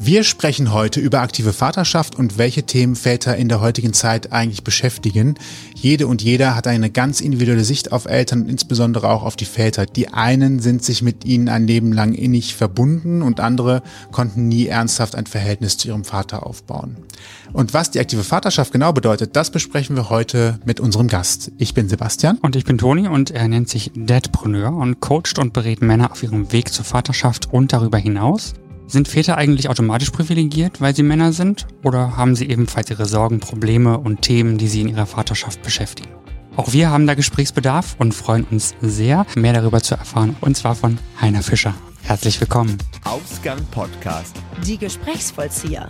Wir sprechen heute über aktive Vaterschaft und welche Themen Väter in der heutigen Zeit eigentlich beschäftigen. Jede und jeder hat eine ganz individuelle Sicht auf Eltern und insbesondere auch auf die Väter. Die einen sind sich mit ihnen ein Leben lang innig verbunden und andere konnten nie ernsthaft ein Verhältnis zu ihrem Vater aufbauen. Und was die aktive Vaterschaft genau bedeutet, das besprechen wir heute mit unserem Gast. Ich bin Sebastian. Und ich bin Toni und er nennt sich Dadpreneur und coacht und berät Männer auf ihrem Weg zur Vaterschaft und darüber hinaus. Sind Väter eigentlich automatisch privilegiert, weil sie Männer sind? Oder haben sie ebenfalls ihre Sorgen, Probleme und Themen, die sie in ihrer Vaterschaft beschäftigen? Auch wir haben da Gesprächsbedarf und freuen uns sehr, mehr darüber zu erfahren, und zwar von Heiner Fischer. Herzlich willkommen. Ausgang Podcast. Die Gesprächsvollzieher.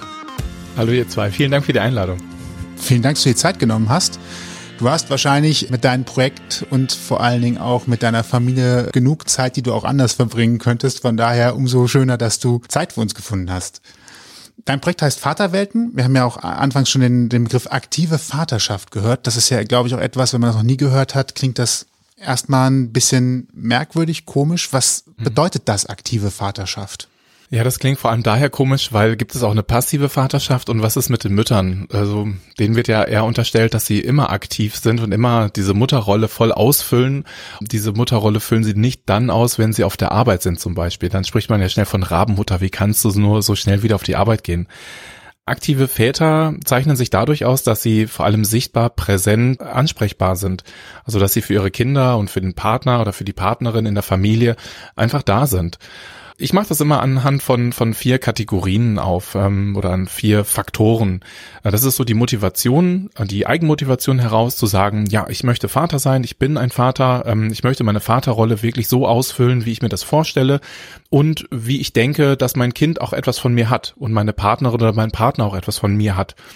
Hallo ihr zwei, vielen Dank für die Einladung. Vielen Dank, dass du dir Zeit genommen hast. Du hast wahrscheinlich mit deinem Projekt und vor allen Dingen auch mit deiner Familie genug Zeit, die du auch anders verbringen könntest. Von daher umso schöner, dass du Zeit für uns gefunden hast. Dein Projekt heißt Vaterwelten. Wir haben ja auch anfangs schon den Begriff aktive Vaterschaft gehört. Das ist ja, glaube ich, auch etwas, wenn man das noch nie gehört hat, klingt das erstmal ein bisschen merkwürdig, komisch. Was bedeutet das, aktive Vaterschaft? Ja, das klingt vor allem daher komisch, weil gibt es auch eine passive Vaterschaft und was ist mit den Müttern? Also denen wird ja eher unterstellt, dass sie immer aktiv sind und immer diese Mutterrolle voll ausfüllen. Diese Mutterrolle füllen sie nicht dann aus, wenn sie auf der Arbeit sind zum Beispiel. Dann spricht man ja schnell von Rabenmutter. Wie kannst du nur so schnell wieder auf die Arbeit gehen? Aktive Väter zeichnen sich dadurch aus, dass sie vor allem sichtbar, präsent, ansprechbar sind. Also dass sie für ihre Kinder und für den Partner oder für die Partnerin in der Familie einfach da sind. Ich mache das immer anhand von 4 Kategorien auf oder an 4 Faktoren. Das ist so die Motivation, die Eigenmotivation heraus zu sagen, ja, ich möchte Vater sein, ich bin ein Vater, ich möchte meine Vaterrolle wirklich so ausfüllen, wie ich mir das vorstelle und wie ich denke, dass mein Kind auch etwas von mir hat und meine Partnerin oder mein Partner auch etwas von mir hat.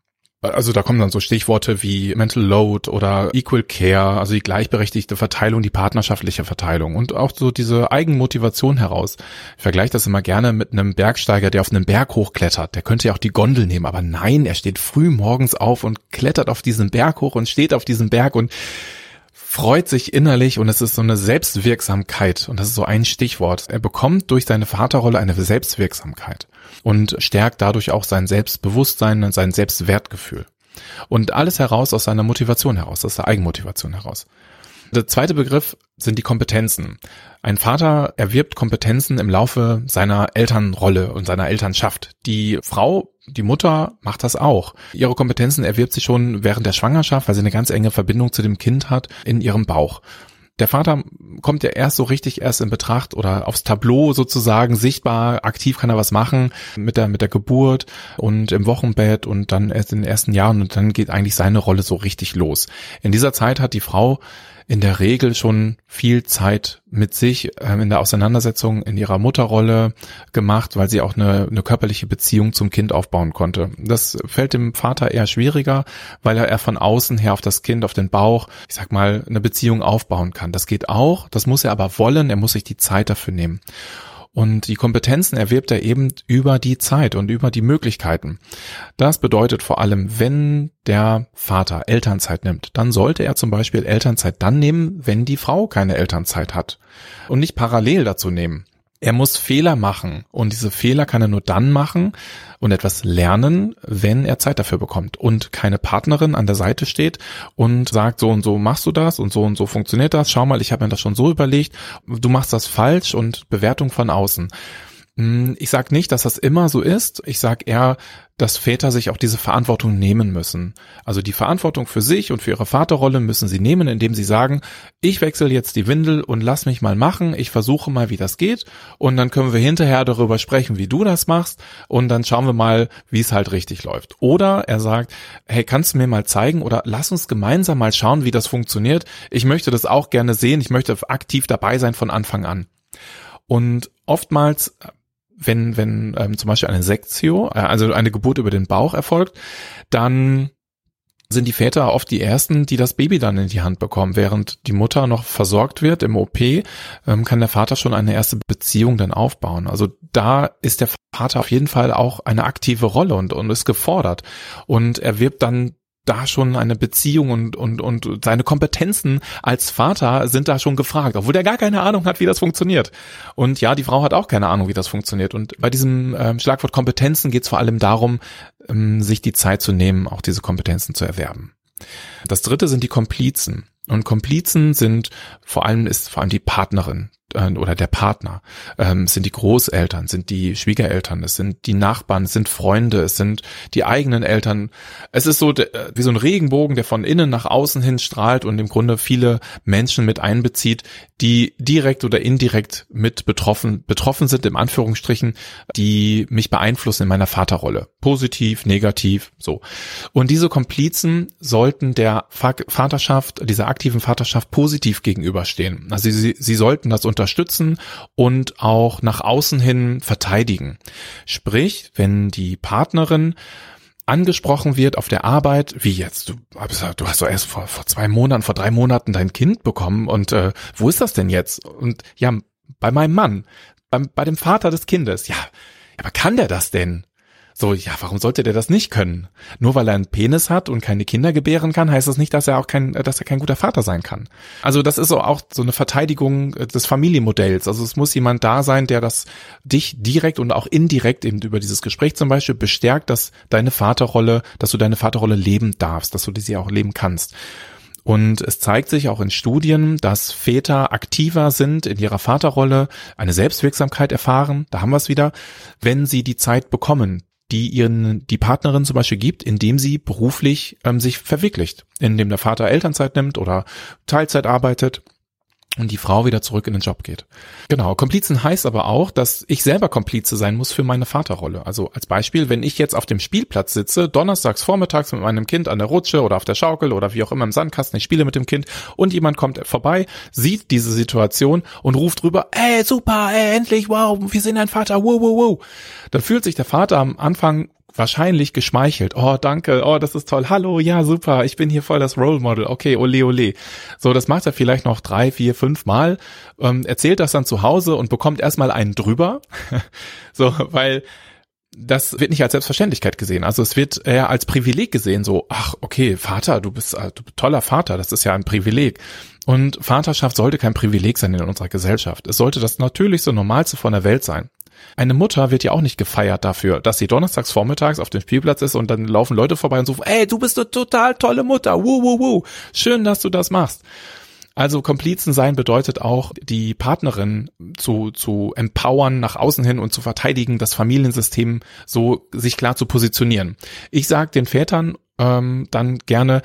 Also da kommen dann so Stichworte wie Mental Load oder Equal Care, also die gleichberechtigte Verteilung, die partnerschaftliche Verteilung und auch so diese Eigenmotivation heraus. Ich vergleiche das immer gerne mit einem Bergsteiger, der auf einen Berg hochklettert. Der könnte ja auch die Gondel nehmen, aber nein, er steht früh morgens auf und klettert auf diesen Berg hoch und steht auf diesem Berg und freut sich innerlich und es ist so eine Selbstwirksamkeit und das ist so ein Stichwort. Er bekommt durch seine Vaterrolle eine Selbstwirksamkeit und stärkt dadurch auch sein Selbstbewusstsein und sein Selbstwertgefühl. Und alles heraus aus seiner Motivation heraus, aus der Eigenmotivation heraus. Der zweite Begriff sind die Kompetenzen. Ein Vater erwirbt Kompetenzen im Laufe seiner Elternrolle und seiner Elternschaft. Die Frau, die Mutter macht das auch. Ihre Kompetenzen erwirbt sie schon während der Schwangerschaft, weil sie eine ganz enge Verbindung zu dem Kind hat, in ihrem Bauch. Der Vater kommt ja erst in Betracht oder aufs Tableau sozusagen sichtbar, aktiv kann er was machen mit der Geburt und im Wochenbett und dann erst in den ersten Jahren und dann geht eigentlich seine Rolle so richtig los. In dieser Zeit hat die Frau in der Regel schon viel Zeit mit sich in der Auseinandersetzung in ihrer Mutterrolle gemacht, weil sie auch eine körperliche Beziehung zum Kind aufbauen konnte. Das fällt dem Vater eher schwieriger, weil er von außen her auf das Kind, auf den Bauch, ich sag mal, eine Beziehung aufbauen kann. Das geht auch, das muss er aber wollen, er muss sich die Zeit dafür nehmen. Und die Kompetenzen erwirbt er eben über die Zeit und über die Möglichkeiten. Das bedeutet vor allem, wenn der Vater Elternzeit nimmt, dann sollte er zum Beispiel Elternzeit dann nehmen, wenn die Frau keine Elternzeit hat und nicht parallel dazu nehmen. Er muss Fehler machen und diese Fehler kann er nur dann machen und etwas lernen, wenn er Zeit dafür bekommt und keine Partnerin an der Seite steht und sagt, so und so machst du das und so funktioniert das, schau mal, ich habe mir das schon so überlegt, du machst das falsch und Bewertung von außen. Ich sage nicht, dass das immer so ist. Ich sage eher, dass Väter sich auch diese Verantwortung nehmen müssen. Also die Verantwortung für sich und für ihre Vaterrolle müssen sie nehmen, indem sie sagen, ich wechsle jetzt die Windel und lass mich mal machen. Ich versuche mal, wie das geht. Und dann können wir hinterher darüber sprechen, wie du das machst. Und dann schauen wir mal, wie es halt richtig läuft. Oder er sagt, hey, kannst du mir mal zeigen oder lass uns gemeinsam mal schauen, wie das funktioniert. Ich möchte das auch gerne sehen. Ich möchte aktiv dabei sein von Anfang an. Und oftmals wenn zum Beispiel eine Sektio, also eine Geburt über den Bauch erfolgt, dann sind die Väter oft die Ersten, die das Baby dann in die Hand bekommen. Während die Mutter noch versorgt wird im OP, kann der Vater schon eine erste Beziehung dann aufbauen. Also da ist der Vater auf jeden Fall auch eine aktive Rolle und ist gefordert. Und er wirbt dann da schon eine Beziehung und seine Kompetenzen als Vater sind da schon gefragt, obwohl der gar keine Ahnung hat, wie das funktioniert. Und ja, die Frau hat auch keine Ahnung, wie das funktioniert. Und bei diesem Schlagwort Kompetenzen geht es vor allem darum, sich die Zeit zu nehmen, auch diese Kompetenzen zu erwerben. Das dritte sind die Komplizen. Und Komplizen sind vor allem die Partnerin oder der Partner, sind die Großeltern, sind die Schwiegereltern, es sind die Nachbarn, es sind Freunde, es sind die eigenen Eltern. Es ist so wie so ein Regenbogen, der von innen nach außen hin strahlt und im Grunde viele Menschen mit einbezieht, die direkt oder indirekt mit betroffen sind, im Anführungsstrichen, die mich beeinflussen in meiner Vaterrolle. Positiv, negativ, so. Und diese Komplizen sollten der Vaterschaft, dieser aktiven Vaterschaft positiv gegenüberstehen. Also sie sollten das unterstützen und auch nach außen hin verteidigen. Sprich, wenn die Partnerin angesprochen wird auf der Arbeit, wie jetzt, du hast doch erst vor 3 Monaten dein Kind bekommen und wo ist das denn jetzt? Und ja, bei meinem Mann, bei dem Vater des Kindes. Ja, aber kann der das denn? So, ja, warum sollte der das nicht können? Nur weil er einen Penis hat und keine Kinder gebären kann, heißt das nicht, dass er kein guter Vater sein kann. Also das ist auch so eine Verteidigung des Familienmodells. Also es muss jemand da sein, der dich direkt und auch indirekt eben über dieses Gespräch zum Beispiel bestärkt, dass du deine Vaterrolle leben darfst, dass du sie auch leben kannst. Und es zeigt sich auch in Studien, dass Väter aktiver sind in ihrer Vaterrolle, eine Selbstwirksamkeit erfahren, da haben wir es wieder, wenn sie die Zeit bekommen, die Partnerin zum Beispiel gibt, indem sie beruflich sich verwirklicht, indem der Vater Elternzeit nimmt oder Teilzeit arbeitet und die Frau wieder zurück in den Job geht. Genau, Komplizen heißt aber auch, dass ich selber Komplize sein muss für meine Vaterrolle. Also als Beispiel, wenn ich jetzt auf dem Spielplatz sitze, donnerstags vormittags mit meinem Kind an der Rutsche oder auf der Schaukel oder wie auch immer im Sandkasten, ich spiele mit dem Kind und jemand kommt vorbei, sieht diese Situation und ruft drüber, ey, super, ey, endlich, wow, wir sind ein Vater, wow, wow, wow. Dann fühlt sich der Vater am Anfang wahrscheinlich geschmeichelt. Oh, danke. Oh, das ist toll. Hallo, ja, super. Ich bin hier voll das Role Model. Okay, ole, ole. So, das macht er vielleicht noch 3, 4, 5 Mal, erzählt das dann zu Hause und bekommt erstmal einen drüber. So, weil das wird nicht als Selbstverständlichkeit gesehen. Also es wird eher als Privileg gesehen. So, ach, okay, Vater, du bist toller Vater. Das ist ja ein Privileg. Und Vaterschaft sollte kein Privileg sein in unserer Gesellschaft. Es sollte das Natürlichste, Normalste von der Welt sein. Eine Mutter wird ja auch nicht gefeiert dafür, dass sie donnerstags vormittags auf dem Spielplatz ist und dann laufen Leute vorbei und so, ey, du bist eine total tolle Mutter, wuh. Schön, dass du das machst. Also Komplizen sein bedeutet auch, die Partnerin zu empowern, nach außen hin und zu verteidigen, das Familiensystem so sich klar zu positionieren. Ich sage den Vätern dann gerne,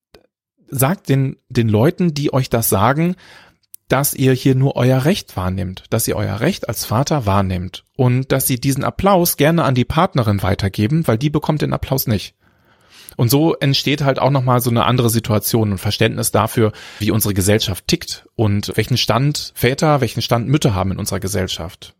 sagt den Leuten, die euch das sagen, dass ihr hier nur euer Recht wahrnehmt, dass ihr euer Recht als Vater wahrnehmt und dass sie diesen Applaus gerne an die Partnerin weitergeben, weil die bekommt den Applaus nicht. Und so entsteht halt auch nochmal so eine andere Situation und Verständnis dafür, wie unsere Gesellschaft tickt und welchen Stand Väter, welchen Stand Mütter haben in unserer Gesellschaft.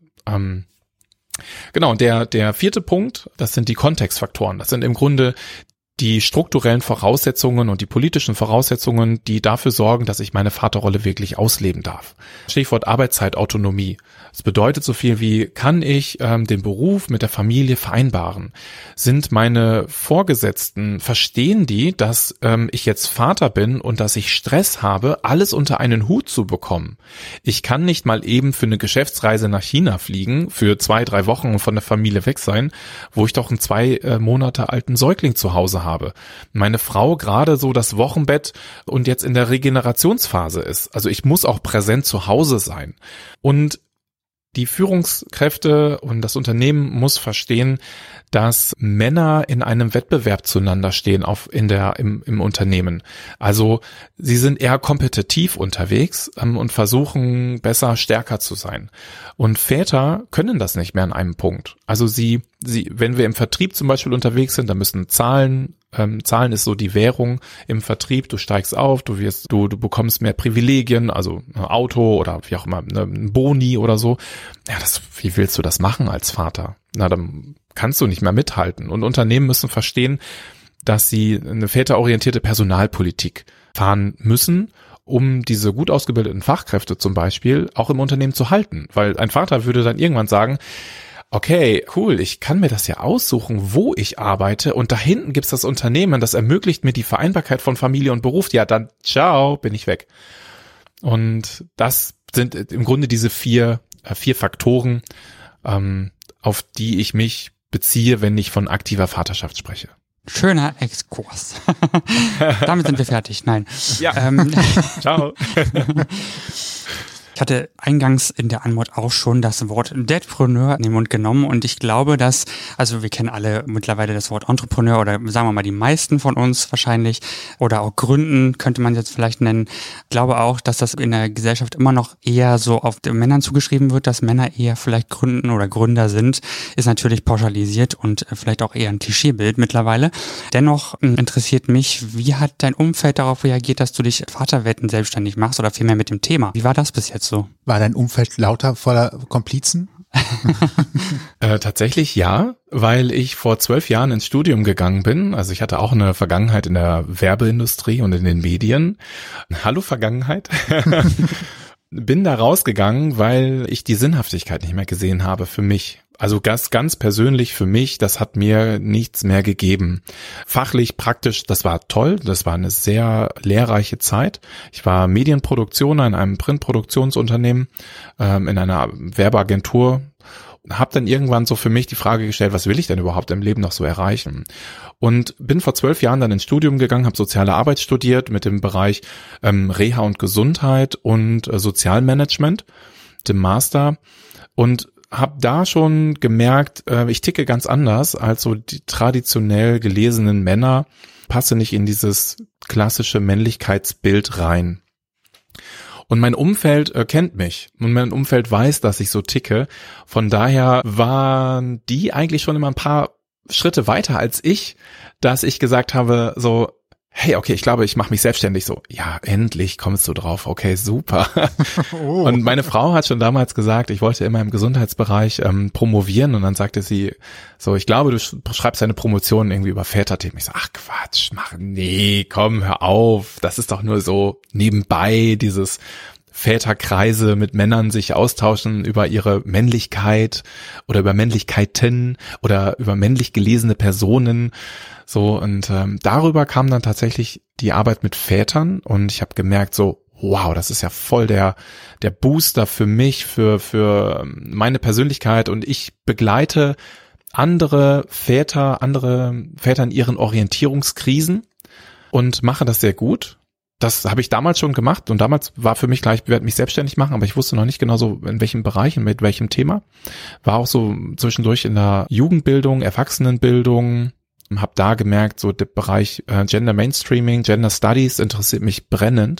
Genau, und der 4. Punkt, das sind die Kontextfaktoren. Das sind im Grunde die strukturellen Voraussetzungen und die politischen Voraussetzungen, die dafür sorgen, dass ich meine Vaterrolle wirklich ausleben darf. Stichwort Arbeitszeitautonomie. Das bedeutet so viel wie, kann ich den Beruf mit der Familie vereinbaren? Sind meine Vorgesetzten, verstehen die, dass ich jetzt Vater bin und dass ich Stress habe, alles unter einen Hut zu bekommen? Ich kann nicht mal eben für eine Geschäftsreise nach China fliegen, für 2, 3 Wochen und von der Familie weg sein, wo ich doch einen 2 Monate alten Säugling zu Hause habe. Meine Frau gerade so das Wochenbett und jetzt in der Regenerationsphase ist. Also ich muss auch präsent zu Hause sein. Und die Führungskräfte und das Unternehmen muss verstehen, dass Männer in einem Wettbewerb zueinander stehen im Unternehmen. Also sie sind eher kompetitiv unterwegs und versuchen besser, stärker zu sein. Und Väter können das nicht mehr an einem Punkt. Also wenn wir im Vertrieb zum Beispiel unterwegs sind, dann müssen Zahlen ist so die Währung im Vertrieb. Du steigst auf, du bekommst mehr Privilegien, also ein Auto oder wie auch immer, ein Boni oder so. Ja, wie willst du das machen als Vater? Na, dann kannst du nicht mehr mithalten. Und Unternehmen müssen verstehen, dass sie eine väterorientierte Personalpolitik fahren müssen, um diese gut ausgebildeten Fachkräfte zum Beispiel auch im Unternehmen zu halten. Weil ein Vater würde dann irgendwann sagen, okay, cool, ich kann mir das ja aussuchen, wo ich arbeite und da hinten gibt's das Unternehmen, das ermöglicht mir die Vereinbarkeit von Familie und Beruf. Ja, dann ciao, bin ich weg. Und das sind im Grunde diese vier Faktoren, auf die ich mich beziehe, wenn ich von aktiver Vaterschaft spreche. Schöner Exkurs. Damit sind wir fertig. Nein. Ja. Ciao. Ich hatte eingangs in der Anmod auch schon das Wort Dadpreneur in den Mund genommen und ich glaube, dass, also wir kennen alle mittlerweile das Wort Entrepreneur oder sagen wir mal die meisten von uns wahrscheinlich oder auch Gründen könnte man jetzt vielleicht nennen. Ich glaube auch, dass das in der Gesellschaft immer noch eher so auf den Männern zugeschrieben wird, dass Männer eher vielleicht gründen oder Gründer sind, ist natürlich pauschalisiert und vielleicht auch eher ein Klischeebild mittlerweile. Dennoch interessiert mich, wie hat dein Umfeld darauf reagiert, dass du dich Vaterwerdend selbstständig machst oder vielmehr mit dem Thema? Wie war das bis jetzt so? War dein Umfeld lauter voller Komplizen? Tatsächlich ja, weil ich vor 12 Jahren ins Studium gegangen bin. Also ich hatte auch eine Vergangenheit in der Werbeindustrie und in den Medien. Hallo Vergangenheit. Bin da rausgegangen, weil ich die Sinnhaftigkeit nicht mehr gesehen habe für mich. Also ganz persönlich für mich, das hat mir nichts mehr gegeben. Fachlich, praktisch, das war toll, das war eine sehr lehrreiche Zeit. Ich war Medienproduktioner in einem Printproduktionsunternehmen, in einer Werbeagentur, habe dann irgendwann so für mich die Frage gestellt, was will ich denn überhaupt im Leben noch so erreichen? Und bin vor 12 Jahren dann ins Studium gegangen, habe Soziale Arbeit studiert mit dem Bereich Reha und Gesundheit und Sozialmanagement, dem Master, und habe da schon gemerkt, ich ticke ganz anders als so die traditionell gelesenen Männer, passe nicht in dieses klassische Männlichkeitsbild rein. Und mein Umfeld kennt mich und mein Umfeld weiß, dass ich so ticke. Von daher waren die eigentlich schon immer ein paar Schritte weiter als ich, dass ich gesagt habe, so, hey, okay, ich glaube, ich mache mich selbstständig. So, ja, endlich kommst du drauf. Okay, super. Oh. Und meine Frau hat schon damals gesagt, ich wollte immer im Gesundheitsbereich promovieren und dann sagte sie so, ich glaube, du schreibst deine Promotion irgendwie über Väterthemen. Ich so, ach Quatsch, nee, komm, hör auf. Das ist doch nur so nebenbei, dieses Väterkreise mit Männern sich austauschen über ihre Männlichkeit oder über Männlichkeiten oder über männlich gelesene Personen. So, und darüber kam dann tatsächlich die Arbeit mit Vätern und ich habe gemerkt so, wow, das ist ja voll der Booster für mich, für meine Persönlichkeit, und ich begleite andere Väter in ihren Orientierungskrisen und mache das sehr gut. Das habe ich damals schon gemacht und damals war für mich klar, ich werde mich selbstständig machen, aber ich wusste noch nicht genau so, in welchem Bereich und mit welchem Thema. War auch so zwischendurch in der Jugendbildung, Erwachsenenbildung, habe da gemerkt, so der Bereich Gender Mainstreaming, Gender Studies interessiert mich brennend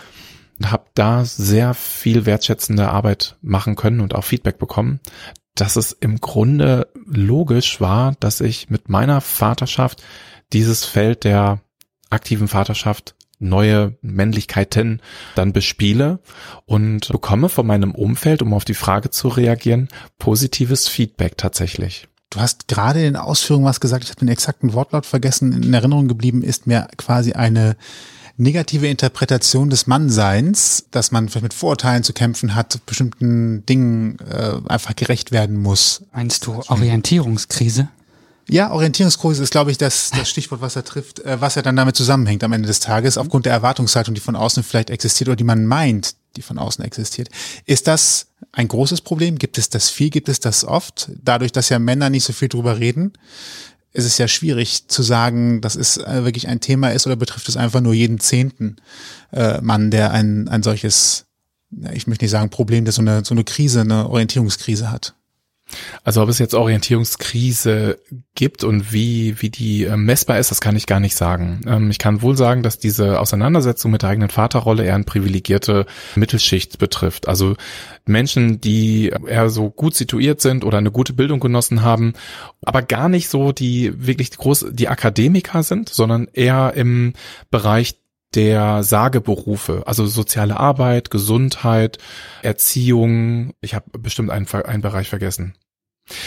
und habe da sehr viel wertschätzende Arbeit machen können und auch Feedback bekommen, dass es im Grunde logisch war, dass ich mit meiner Vaterschaft dieses Feld der aktiven Vaterschaft, neue Männlichkeiten dann bespiele und bekomme von meinem Umfeld, um auf die Frage zu reagieren, positives Feedback tatsächlich. Du hast gerade in den Ausführungen was gesagt, ich habe den exakten Wortlaut vergessen, in Erinnerung geblieben ist mir quasi eine negative Interpretation des Mannseins, dass man vielleicht mit Vorurteilen zu kämpfen hat, bestimmten Dingen einfach gerecht werden muss. Meinst du Orientierungskrise? Ja, Orientierungskrise ist, glaube ich, das Stichwort, was er trifft, was ja dann damit zusammenhängt am Ende des Tages, aufgrund der Erwartungshaltung, die von außen vielleicht existiert oder die man meint, die von außen existiert. Ist das ein großes Problem? Gibt es das viel? Gibt es das oft? Dadurch, dass ja Männer nicht so viel drüber reden, ist es ja schwierig zu sagen, dass es wirklich ein Thema ist, oder betrifft es einfach nur jeden 10. Mann, der ein solches, ich möchte nicht sagen Problem, der so eine Krise, eine Orientierungskrise hat. Also ob es jetzt Orientierungskrise gibt und wie die messbar ist, das kann ich gar nicht sagen. Ich kann wohl sagen, dass diese Auseinandersetzung mit der eigenen Vaterrolle eher eine privilegierte Mittelschicht betrifft. Also Menschen, die eher so gut situiert sind oder eine gute Bildung genossen haben, aber gar nicht so die wirklich die Akademiker sind, sondern eher im Bereich der Sageberufe, also soziale Arbeit, Gesundheit, Erziehung. Ich habe bestimmt einen Bereich vergessen.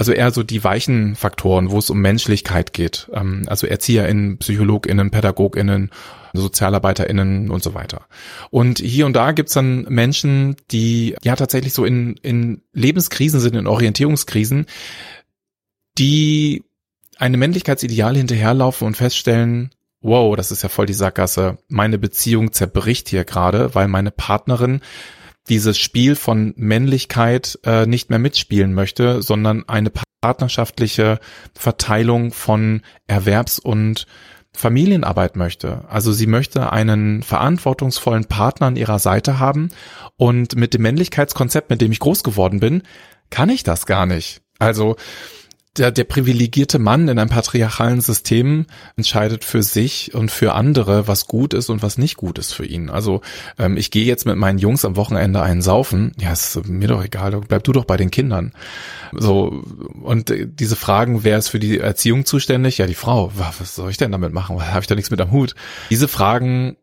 Also eher so die weichen Faktoren, wo es um Menschlichkeit geht. Also ErzieherInnen, PsychologInnen, PädagogInnen, SozialarbeiterInnen und so weiter. Und hier und da gibt's dann Menschen, die ja tatsächlich so in Lebenskrisen sind, in Orientierungskrisen, die einem Männlichkeitsideal hinterherlaufen und feststellen, wow, das ist ja voll die Sackgasse. Meine Beziehung zerbricht hier gerade, weil meine Partnerin dieses Spiel von Männlichkeit nicht mehr mitspielen möchte, sondern eine partnerschaftliche Verteilung von Erwerbs- und Familienarbeit möchte. Also sie möchte einen verantwortungsvollen Partner an ihrer Seite haben und mit dem Männlichkeitskonzept, mit dem ich groß geworden bin, kann ich das gar nicht. Also der privilegierte Mann in einem patriarchalen System entscheidet für sich und für andere, was gut ist und was nicht gut ist für ihn. Also ich gehe jetzt mit meinen Jungs am Wochenende einen saufen. Ja, ist mir doch egal, bleib du doch bei den Kindern. So, und diese Fragen, wer ist für die Erziehung zuständig? Ja, die Frau. Was soll ich denn damit machen? Da habe ich da nichts mit am Hut. Diese Fragen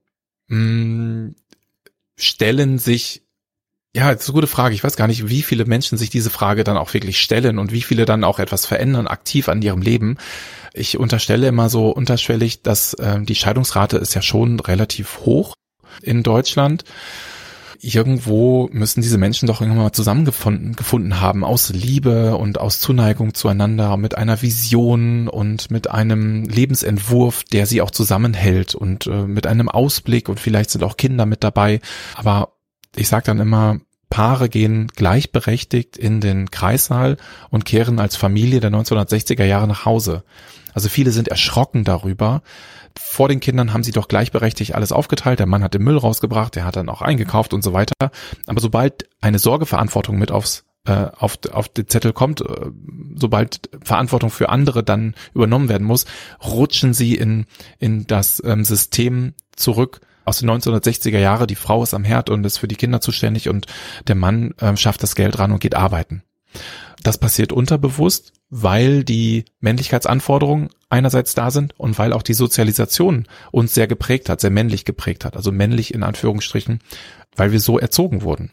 stellen sich. Ja, das ist eine gute Frage. Ich weiß gar nicht, wie viele Menschen sich diese Frage dann auch wirklich stellen und wie viele dann auch etwas verändern, aktiv an ihrem Leben. Ich unterstelle immer so unterschwellig, dass die Scheidungsrate ist ja schon relativ hoch in Deutschland. Irgendwo müssen diese Menschen doch irgendwann mal zusammengefunden haben, aus Liebe und aus Zuneigung zueinander, mit einer Vision und mit einem Lebensentwurf, der sie auch zusammenhält und mit einem Ausblick, und vielleicht sind auch Kinder mit dabei. Aber ich sage dann immer, Paare gehen gleichberechtigt in den Kreissaal und kehren als Familie der 1960er Jahre nach Hause. Also viele sind erschrocken darüber. Vor den Kindern haben sie doch gleichberechtigt alles aufgeteilt. Der Mann hat den Müll rausgebracht, der hat dann auch eingekauft und so weiter. Aber sobald eine Sorgeverantwortung mit auf den Zettel kommt, sobald Verantwortung für andere dann übernommen werden muss, rutschen sie in das System zurück aus den 1960er Jahre. Die Frau ist am Herd und ist für die Kinder zuständig und der Mann schafft das Geld ran und geht arbeiten. Das passiert unterbewusst, weil die Männlichkeitsanforderungen einerseits da sind und weil auch die Sozialisation uns sehr geprägt hat, sehr männlich geprägt hat. Also männlich in Anführungsstrichen, weil wir so erzogen wurden.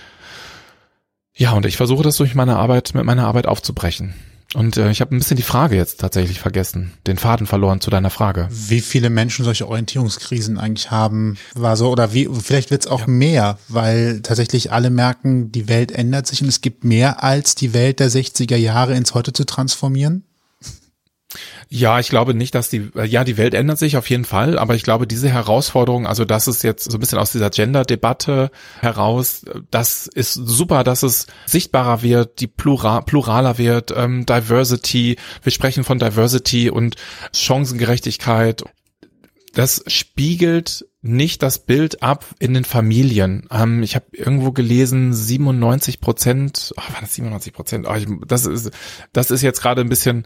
Ja, und ich versuche das mit meiner Arbeit aufzubrechen. Und ich habe ein bisschen die Frage jetzt tatsächlich vergessen, den Faden verloren zu deiner Frage. Wie viele Menschen solche Orientierungskrisen eigentlich haben, vielleicht wird es auch mehr, weil tatsächlich alle merken, die Welt ändert sich und es gibt mehr als die Welt der 60er Jahre ins Heute zu transformieren? Ja, ich glaube nicht, dass die Welt ändert sich auf jeden Fall, aber ich glaube, diese Herausforderung, also das ist jetzt so ein bisschen aus dieser Gender-Debatte heraus, das ist super, dass es sichtbarer wird, die pluraler wird, Diversity, wir sprechen von Diversity und Chancengerechtigkeit. Das spiegelt nicht das Bild ab in den Familien. Ich habe irgendwo gelesen, 97%, war das 97%? Das ist jetzt gerade ein bisschen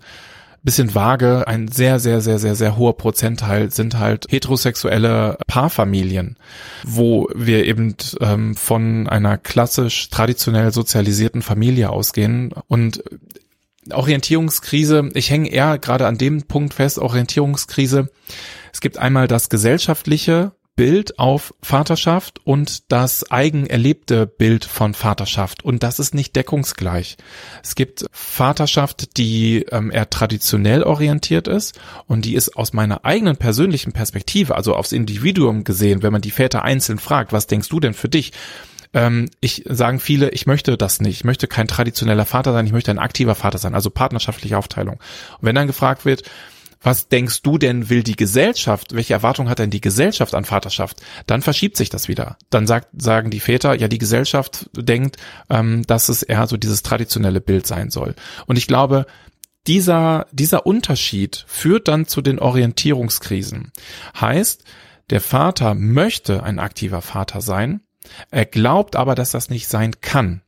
vage. Ein sehr, sehr, sehr, sehr, sehr hoher Prozentteil sind halt heterosexuelle Paarfamilien, wo wir eben von einer klassisch traditionell sozialisierten Familie ausgehen. Und Orientierungskrise, ich hänge eher gerade an dem Punkt fest, Orientierungskrise. Es gibt einmal das gesellschaftliche Bild auf Vaterschaft und das eigen erlebte Bild von Vaterschaft. Und das ist nicht deckungsgleich. Es gibt Vaterschaft, die eher traditionell orientiert ist und die ist aus meiner eigenen persönlichen Perspektive, also aufs Individuum gesehen, wenn man die Väter einzeln fragt, was denkst du denn für dich? Sagen viele, ich möchte das nicht. Ich möchte kein traditioneller Vater sein, ich möchte ein aktiver Vater sein, also partnerschaftliche Aufteilung. Und wenn dann gefragt wird, was denkst du denn, will die Gesellschaft, welche Erwartung hat denn die Gesellschaft an Vaterschaft? Dann verschiebt sich das wieder. Dann sagen die Väter, ja, die Gesellschaft denkt, dass es eher so dieses traditionelle Bild sein soll. Und ich glaube, dieser Unterschied führt dann zu den Orientierungskrisen. Heißt, der Vater möchte ein aktiver Vater sein, er glaubt aber, dass das nicht sein kann,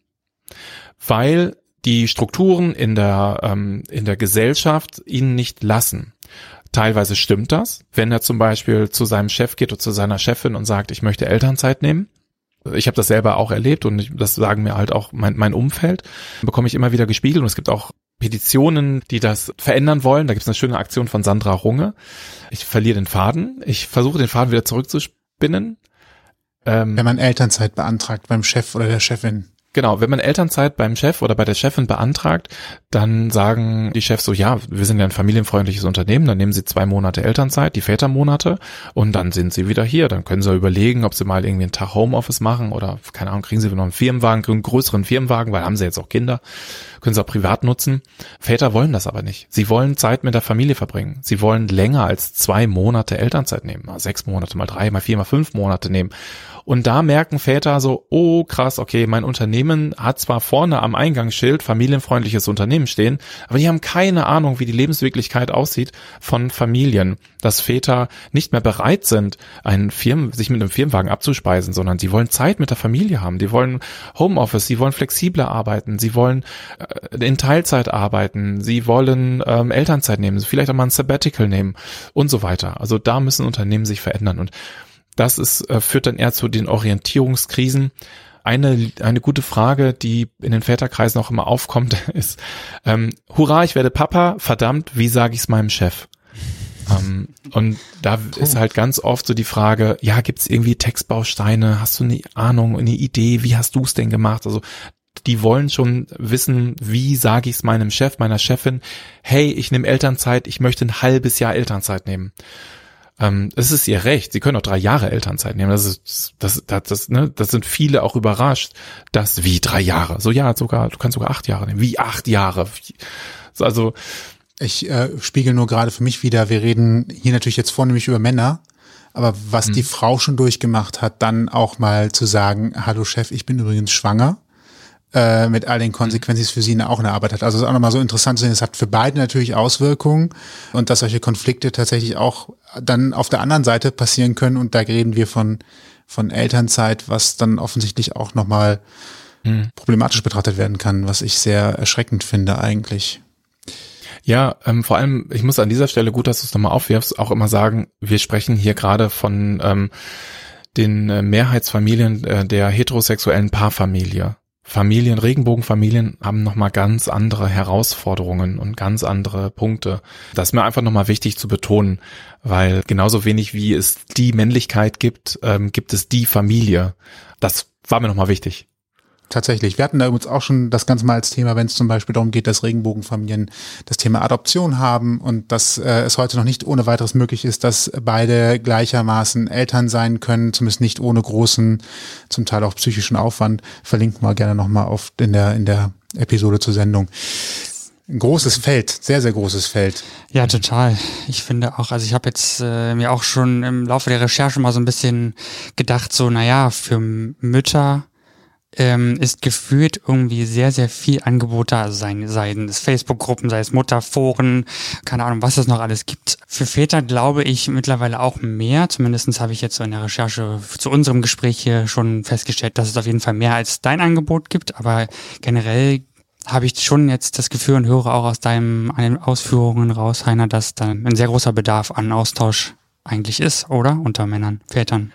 weil die Strukturen in der Gesellschaft ihn nicht lassen. Teilweise stimmt das, wenn er zum Beispiel zu seinem Chef geht oder zu seiner Chefin und sagt, ich möchte Elternzeit nehmen. Ich habe das selber auch erlebt und das sagen mir halt auch mein Umfeld. Bekomme ich immer wieder gespiegelt und es gibt auch Petitionen, die das verändern wollen. Da gibt es eine schöne Aktion von Sandra Runge. Ich verliere den Faden. Ich versuche den Faden wieder zurückzuspinnen. Wenn man Elternzeit beantragt beim Chef oder der Chefin. Genau, wenn man Elternzeit beim Chef oder bei der Chefin beantragt, dann sagen die Chefs so, ja, wir sind ja ein familienfreundliches Unternehmen, dann nehmen sie 2 Monate Elternzeit, die Vätermonate, und dann sind sie wieder hier. Dann können sie überlegen, ob sie mal irgendwie einen Tag Homeoffice machen oder, keine Ahnung, kriegen sie noch einen Firmenwagen, einen größeren Firmenwagen, weil haben sie jetzt auch Kinder, können sie auch privat nutzen. Väter wollen das aber nicht. Sie wollen Zeit mit der Familie verbringen. Sie wollen länger als 2 Monate Elternzeit nehmen, mal 6 Monate, mal 3, mal 4, mal 5 Monate nehmen. Und da merken Väter so, oh krass, okay, mein Unternehmen hat zwar vorne am Eingangsschild familienfreundliches Unternehmen stehen, aber die haben keine Ahnung, wie die Lebenswirklichkeit aussieht von Familien, dass Väter nicht mehr bereit sind, sich mit einem Firmenwagen abzuspeisen, sondern sie wollen Zeit mit der Familie haben, die wollen Homeoffice, sie wollen flexibler arbeiten, sie wollen in Teilzeit arbeiten, sie wollen Elternzeit nehmen, vielleicht auch mal ein Sabbatical nehmen und so weiter. Also da müssen Unternehmen sich verändern, und das führt dann eher zu den Orientierungskrisen. Eine gute Frage, die in den Väterkreisen auch immer aufkommt, ist, hurra, ich werde Papa, verdammt, wie sage ich es meinem Chef? Und da ist halt ganz oft so die Frage, ja, gibt's irgendwie Textbausteine, hast du eine Ahnung, eine Idee, wie hast du es denn gemacht? Also die wollen schon wissen, wie sage ich es meinem Chef, meiner Chefin, hey, ich nehme Elternzeit, ich möchte ein halbes Jahr Elternzeit nehmen. Es ist ihr Recht. Sie können auch 3 Jahre Elternzeit nehmen. Das sind viele auch überrascht, dass wie 3 Jahre. So, ja, du kannst sogar 8 Jahre nehmen. Wie 8 Jahre? Also ich spiegel nur gerade für mich wieder, wir reden hier natürlich jetzt vornehmlich über Männer, aber was die Frau schon durchgemacht hat, dann auch mal zu sagen, hallo Chef, ich bin übrigens schwanger, mit all den Konsequenzen, die es für sie auch in der Arbeit hat. Also es ist auch nochmal so interessant zu sehen, es hat für beide natürlich Auswirkungen, und dass solche Konflikte tatsächlich auch dann auf der anderen Seite passieren können, und da reden wir von Elternzeit, was dann offensichtlich auch nochmal problematisch betrachtet werden kann, was ich sehr erschreckend finde eigentlich. Ja, vor allem, ich muss an dieser Stelle, gut, dass du es nochmal aufwirfst, auch immer sagen, wir sprechen hier gerade von den Mehrheitsfamilien der heterosexuellen Paarfamilie. Regenbogenfamilien haben nochmal ganz andere Herausforderungen und ganz andere Punkte. Das ist mir einfach nochmal wichtig zu betonen, weil genauso wenig wie es die Männlichkeit gibt, gibt es die Familie. Das war mir nochmal wichtig. Tatsächlich. Wir hatten da übrigens auch schon das Ganze mal als Thema, wenn es zum Beispiel darum geht, dass Regenbogenfamilien das Thema Adoption haben und dass es heute noch nicht ohne weiteres möglich ist, dass beide gleichermaßen Eltern sein können, zumindest nicht ohne großen, zum Teil auch psychischen Aufwand. Verlinken wir gerne nochmal in der Episode zur Sendung. Ein großes Feld, sehr, sehr großes Feld. Ja, total. Ich finde auch, also ich habe jetzt mir auch schon im Laufe der Recherche mal so ein bisschen gedacht, so, naja, für Mütter ist gefühlt irgendwie sehr, sehr viel Angebot da, sei es Facebook-Gruppen, sei es Mutterforen, keine Ahnung, was es noch alles gibt. Für Väter glaube ich mittlerweile auch mehr, zumindest habe ich jetzt so in der Recherche zu unserem Gespräch hier schon festgestellt, dass es auf jeden Fall mehr als dein Angebot gibt, aber generell habe ich schon jetzt das Gefühl und höre auch aus deinen Ausführungen raus, Heiner, dass da ein sehr großer Bedarf an Austausch eigentlich ist, oder? Unter Männern, Vätern.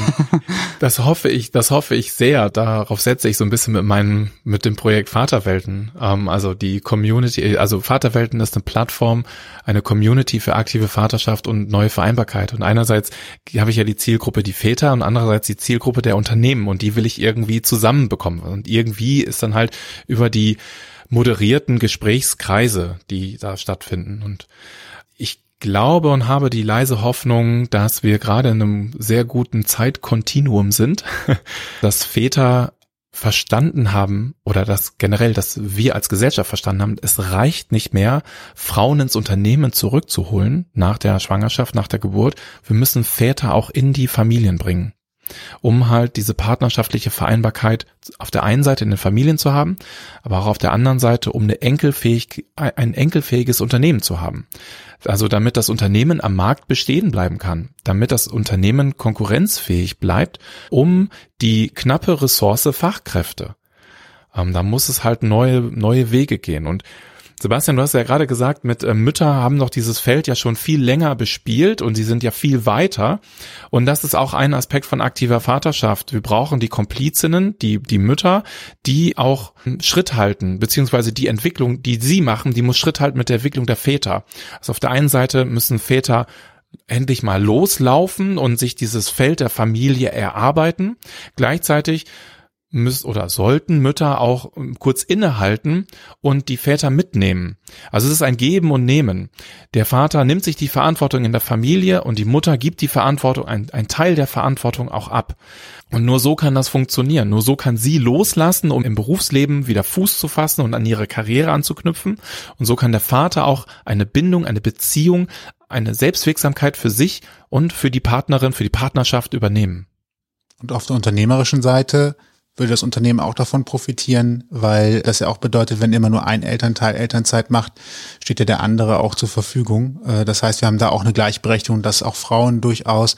Das hoffe ich sehr. Darauf setze ich so ein bisschen mit dem Projekt Vaterwelten. Also die Community, also Vaterwelten ist eine Plattform, eine Community für aktive Vaterschaft und neue Vereinbarkeit. Und einerseits habe ich ja die Zielgruppe die Väter und andererseits die Zielgruppe der Unternehmen, und die will ich irgendwie zusammenbekommen. Und irgendwie ist dann halt über die moderierten Gesprächskreise, die da stattfinden. Und ich glaube und habe die leise Hoffnung, dass wir gerade in einem sehr guten Zeitkontinuum sind, dass Väter verstanden haben oder dass wir als Gesellschaft verstanden haben, es reicht nicht mehr, Frauen ins Unternehmen zurückzuholen nach der Schwangerschaft, nach der Geburt. Wir müssen Väter auch in die Familien bringen, um halt diese partnerschaftliche Vereinbarkeit auf der einen Seite in den Familien zu haben, aber auch auf der anderen Seite, um ein enkelfähiges Unternehmen zu haben. Also damit das Unternehmen am Markt bestehen bleiben kann, damit das Unternehmen konkurrenzfähig bleibt, um die knappe Ressource Fachkräfte. Da muss es halt neue Wege gehen. Und Sebastian, du hast ja gerade gesagt, mit Mütter haben doch dieses Feld ja schon viel länger bespielt und sie sind ja viel weiter. Und das ist auch ein Aspekt von aktiver Vaterschaft. Wir brauchen die Komplizinnen, die Mütter, die auch Schritt halten, beziehungsweise die Entwicklung, die sie machen, die muss Schritt halten mit der Entwicklung der Väter. Also auf der einen Seite müssen Väter endlich mal loslaufen und sich dieses Feld der Familie erarbeiten. Gleichzeitig sollten Mütter auch kurz innehalten und die Väter mitnehmen. Also es ist ein Geben und Nehmen. Der Vater nimmt sich die Verantwortung in der Familie und die Mutter gibt die Verantwortung, ein Teil der Verantwortung auch ab. Und nur so kann das funktionieren. Nur so kann sie loslassen, um im Berufsleben wieder Fuß zu fassen und an ihre Karriere anzuknüpfen. Und so kann der Vater auch eine Bindung, eine Beziehung, eine Selbstwirksamkeit für sich und für die Partnerin, für die Partnerschaft übernehmen. Und auf der unternehmerischen Seite würde das Unternehmen auch davon profitieren, weil das ja auch bedeutet, wenn immer nur ein Elternteil Elternzeit macht, steht ja der andere auch zur Verfügung. Das heißt, wir haben da auch eine Gleichberechtigung, dass auch Frauen durchaus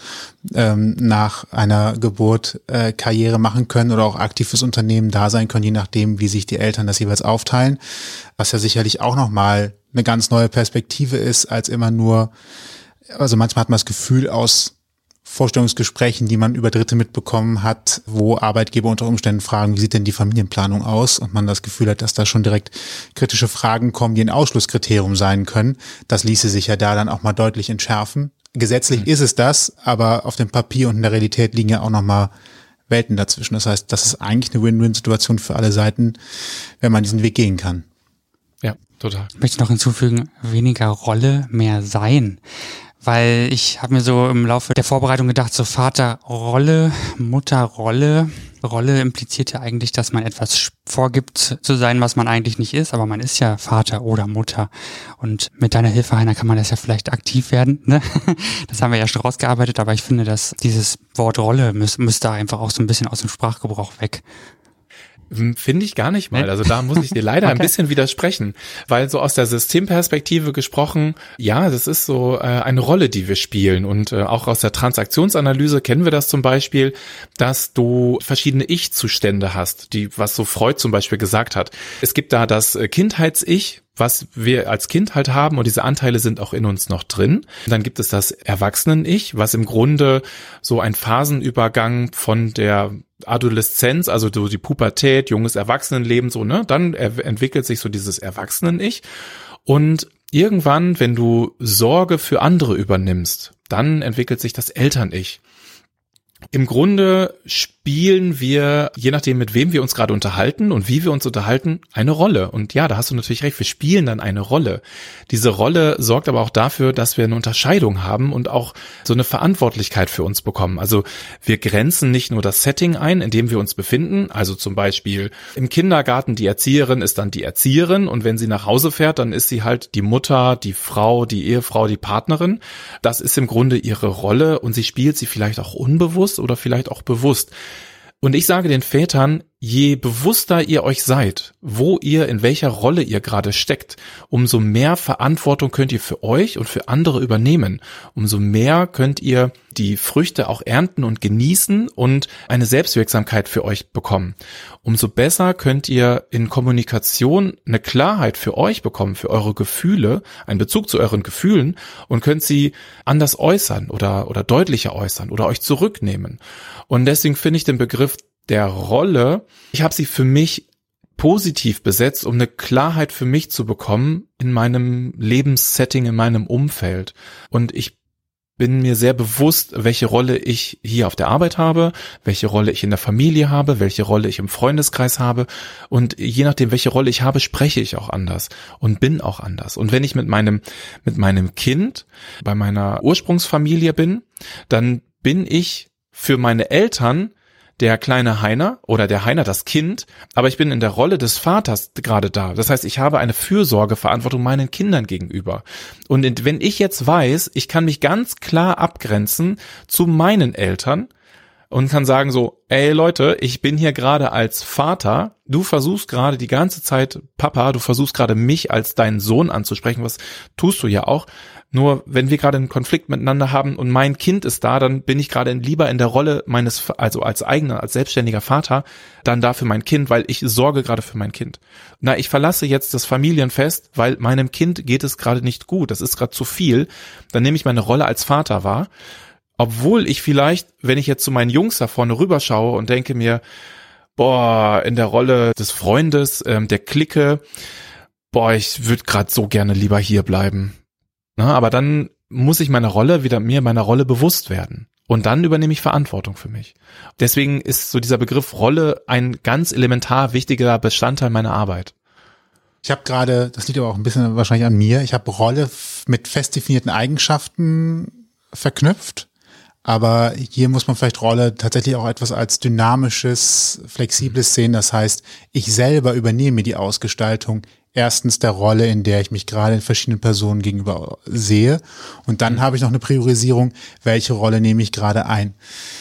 nach einer Geburt Karriere machen können oder auch aktiv fürs Unternehmen da sein können, je nachdem, wie sich die Eltern das jeweils aufteilen. Was ja sicherlich auch nochmal eine ganz neue Perspektive ist, als immer nur, also manchmal hat man das Gefühl aus Vorstellungsgesprächen, die man über Dritte mitbekommen hat, wo Arbeitgeber unter Umständen fragen, wie sieht denn die Familienplanung aus? Und man das Gefühl hat, dass da schon direkt kritische Fragen kommen, die ein Ausschlusskriterium sein können. Das ließe sich ja da dann auch mal deutlich entschärfen. Gesetzlich ist es das, aber auf dem Papier und in der Realität liegen ja auch nochmal Welten dazwischen. Das heißt, das ist eigentlich eine Win-Win-Situation für alle Seiten, wenn man diesen Weg gehen kann. Ja, total. Ich möchte noch hinzufügen, weniger Rolle, mehr Sein. Weil ich habe mir so im Laufe der Vorbereitung gedacht, so Vaterrolle, Mutterrolle. Rolle impliziert ja eigentlich, dass man etwas vorgibt zu sein, was man eigentlich nicht ist, aber man ist ja Vater oder Mutter. Und mit deiner Hilfe, Heiner, kann man das ja vielleicht aktiv werden. Ne? Das haben wir ja schon rausgearbeitet, aber ich finde, dass dieses Wort Rolle müsste einfach auch so ein bisschen aus dem Sprachgebrauch weg. Finde ich gar nicht mal. Also da muss ich dir leider ein bisschen widersprechen, weil so aus der Systemperspektive gesprochen, ja, das ist so eine Rolle, die wir spielen und auch aus der Transaktionsanalyse kennen wir das zum Beispiel, dass du verschiedene Ich-Zustände hast, was so Freud zum Beispiel gesagt hat. Es gibt da das Kindheits-Ich, was wir als Kind halt haben und diese Anteile sind auch in uns noch drin. Dann gibt es das Erwachsenen-Ich, was im Grunde so ein Phasenübergang von der Adoleszenz, also so die Pubertät, junges Erwachsenenleben, so, ne? Dann entwickelt sich so dieses Erwachsenen-Ich. Und irgendwann, wenn du Sorge für andere übernimmst, dann entwickelt sich das Eltern-Ich. Im Grunde spielen wir, je nachdem mit wem wir uns gerade unterhalten und wie wir uns unterhalten, eine Rolle. Und ja, da hast du natürlich recht, wir spielen dann eine Rolle. Diese Rolle sorgt aber auch dafür, dass wir eine Unterscheidung haben und auch so eine Verantwortlichkeit für uns bekommen. Also wir grenzen nicht nur das Setting ein, in dem wir uns befinden. Also zum Beispiel im Kindergarten, die Erzieherin ist dann die Erzieherin und wenn sie nach Hause fährt, dann ist sie halt die Mutter, die Frau, die Ehefrau, die Partnerin. Das ist im Grunde ihre Rolle und sie spielt sie vielleicht auch unbewusst oder vielleicht auch bewusst. Und ich sage den Vätern, je bewusster ihr euch seid, wo ihr, in welcher Rolle ihr gerade steckt, umso mehr Verantwortung könnt ihr für euch und für andere übernehmen. Umso mehr könnt ihr die Früchte auch ernten und genießen und eine Selbstwirksamkeit für euch bekommen. Umso besser könnt ihr in Kommunikation eine Klarheit für euch bekommen, für eure Gefühle, einen Bezug zu euren Gefühlen und könnt sie anders äußern oder deutlicher äußern oder euch zurücknehmen. Und deswegen finde ich den Begriff der Rolle, ich habe sie für mich positiv besetzt, um eine Klarheit für mich zu bekommen in meinem Lebenssetting, in meinem Umfeld. Und ich bin mir sehr bewusst, welche Rolle ich hier auf der Arbeit habe, welche Rolle ich in der Familie habe, welche Rolle ich im Freundeskreis habe. Und je nachdem, welche Rolle ich habe, spreche ich auch anders und bin auch anders. Und wenn ich mit meinem Kind bei meiner Ursprungsfamilie bin, dann bin ich für meine Eltern der kleine Heiner oder der Heiner das Kind, aber ich bin in der Rolle des Vaters gerade da. Das heißt, ich habe eine Fürsorgeverantwortung meinen Kindern gegenüber. Und wenn ich jetzt weiß, ich kann mich ganz klar abgrenzen zu meinen Eltern und kann sagen so, ey Leute, ich bin hier gerade als Vater, du versuchst gerade die ganze Zeit, Papa, du versuchst gerade mich als deinen Sohn anzusprechen, was tust du ja auch. Nur wenn wir gerade einen Konflikt miteinander haben und mein Kind ist da, dann bin ich gerade lieber in der Rolle meines, also als selbstständiger Vater, dann da für mein Kind, weil ich sorge gerade für mein Kind. Na, ich verlasse jetzt das Familienfest, weil meinem Kind geht es gerade nicht gut, das ist gerade zu viel, dann nehme ich meine Rolle als Vater wahr, obwohl ich vielleicht, wenn ich jetzt zu meinen Jungs da vorne rüberschaue und denke mir, boah, in der Rolle des Freundes, der Clique, boah, ich würde gerade so gerne lieber hier bleiben. Na, aber dann muss ich meiner Rolle bewusst werden. Und dann übernehme ich Verantwortung für mich. Deswegen ist so dieser Begriff Rolle ein ganz elementar wichtiger Bestandteil meiner Arbeit. Ich habe gerade, das liegt aber auch ein bisschen wahrscheinlich an mir, ich habe Rolle mit fest definierten Eigenschaften verknüpft. Aber hier muss man vielleicht Rolle tatsächlich auch etwas als dynamisches, flexibles sehen. Das heißt, ich selber übernehme die Ausgestaltung erstens der Rolle, in der ich mich gerade in verschiedenen Personen gegenüber sehe. Und dann habe ich noch eine Priorisierung, welche Rolle nehme ich gerade ein.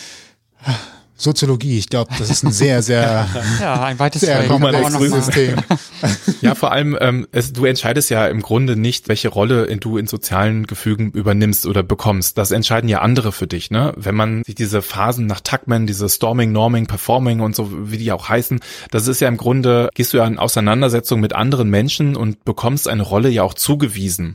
Soziologie, ich glaube, das ist ein sehr, sehr, ja, ein weites sehr komplexes System. Ja, vor allem, du entscheidest ja im Grunde nicht, welche Rolle du in sozialen Gefügen übernimmst oder bekommst. Das entscheiden ja andere für dich, ne? Wenn man sich diese Phasen nach Tuckman, diese Storming, Norming, Performing und so, wie die auch heißen, das ist ja im Grunde, gehst du ja in Auseinandersetzung mit anderen Menschen und bekommst eine Rolle ja auch zugewiesen.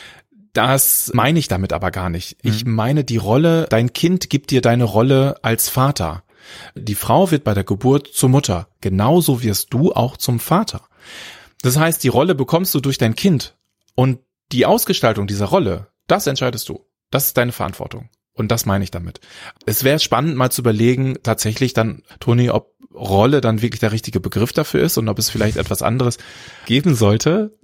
Das meine ich damit aber gar nicht. Ich meine die Rolle, dein Kind gibt dir deine Rolle als Vater. Die Frau wird bei der Geburt zur Mutter. Genauso wirst du auch zum Vater. Das heißt, die Rolle bekommst du durch dein Kind. Und die Ausgestaltung dieser Rolle, das entscheidest du. Das ist deine Verantwortung. Und das meine ich damit. Es wäre spannend, mal zu überlegen, tatsächlich dann, Toni, ob Rolle dann wirklich der richtige Begriff dafür ist und ob es vielleicht etwas anderes geben sollte.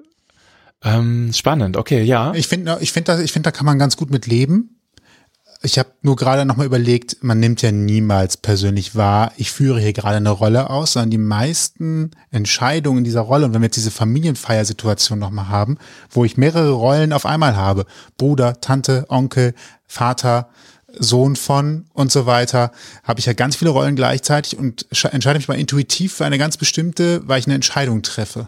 Spannend, okay, ja. Ich finde, da kann man ganz gut mit leben. Ich habe nur gerade nochmal überlegt, man nimmt ja niemals persönlich wahr, ich führe hier gerade eine Rolle aus, sondern die meisten Entscheidungen in dieser Rolle, und wenn wir jetzt diese Familienfeiersituation nochmal haben, wo ich mehrere Rollen auf einmal habe, Bruder, Tante, Onkel, Vater, Sohn von und so weiter, habe ich ja ganz viele Rollen gleichzeitig und entscheide mich mal intuitiv für eine ganz bestimmte, weil ich eine Entscheidung treffe.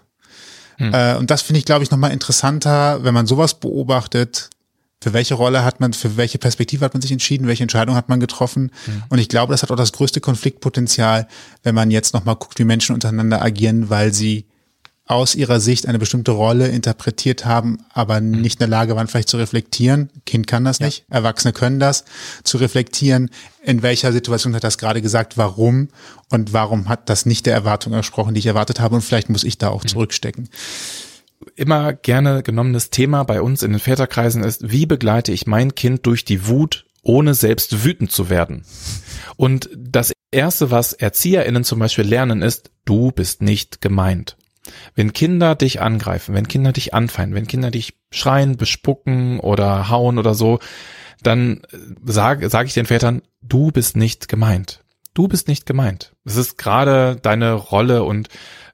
Und das finde ich, glaube ich, nochmal interessanter, wenn man sowas beobachtet. Für welche Rolle hat man, für welche Perspektive hat man sich entschieden, welche Entscheidung hat man getroffen? Und ich glaube, das hat auch das größte Konfliktpotenzial, wenn man jetzt nochmal guckt, wie Menschen untereinander agieren, weil sie aus ihrer Sicht eine bestimmte Rolle interpretiert haben, aber nicht in der Lage waren, vielleicht zu reflektieren. Kind kann das nicht, Erwachsene können das, zu reflektieren, in welcher Situation hat das gerade gesagt, warum und warum hat das nicht der Erwartung entsprochen, die ich erwartet habe, und vielleicht muss ich da auch zurückstecken. Immer gerne genommenes Thema bei uns in den Väterkreisen ist, wie begleite ich mein Kind durch die Wut, ohne selbst wütend zu werden? Und das Erste, was ErzieherInnen zum Beispiel lernen, ist, du bist nicht gemeint. Wenn Kinder dich angreifen, wenn Kinder dich anfeinden, wenn Kinder dich schreien, bespucken oder hauen oder so, dann sag ich den Vätern, du bist nicht gemeint. Du bist nicht gemeint. Es ist gerade deine Rolle und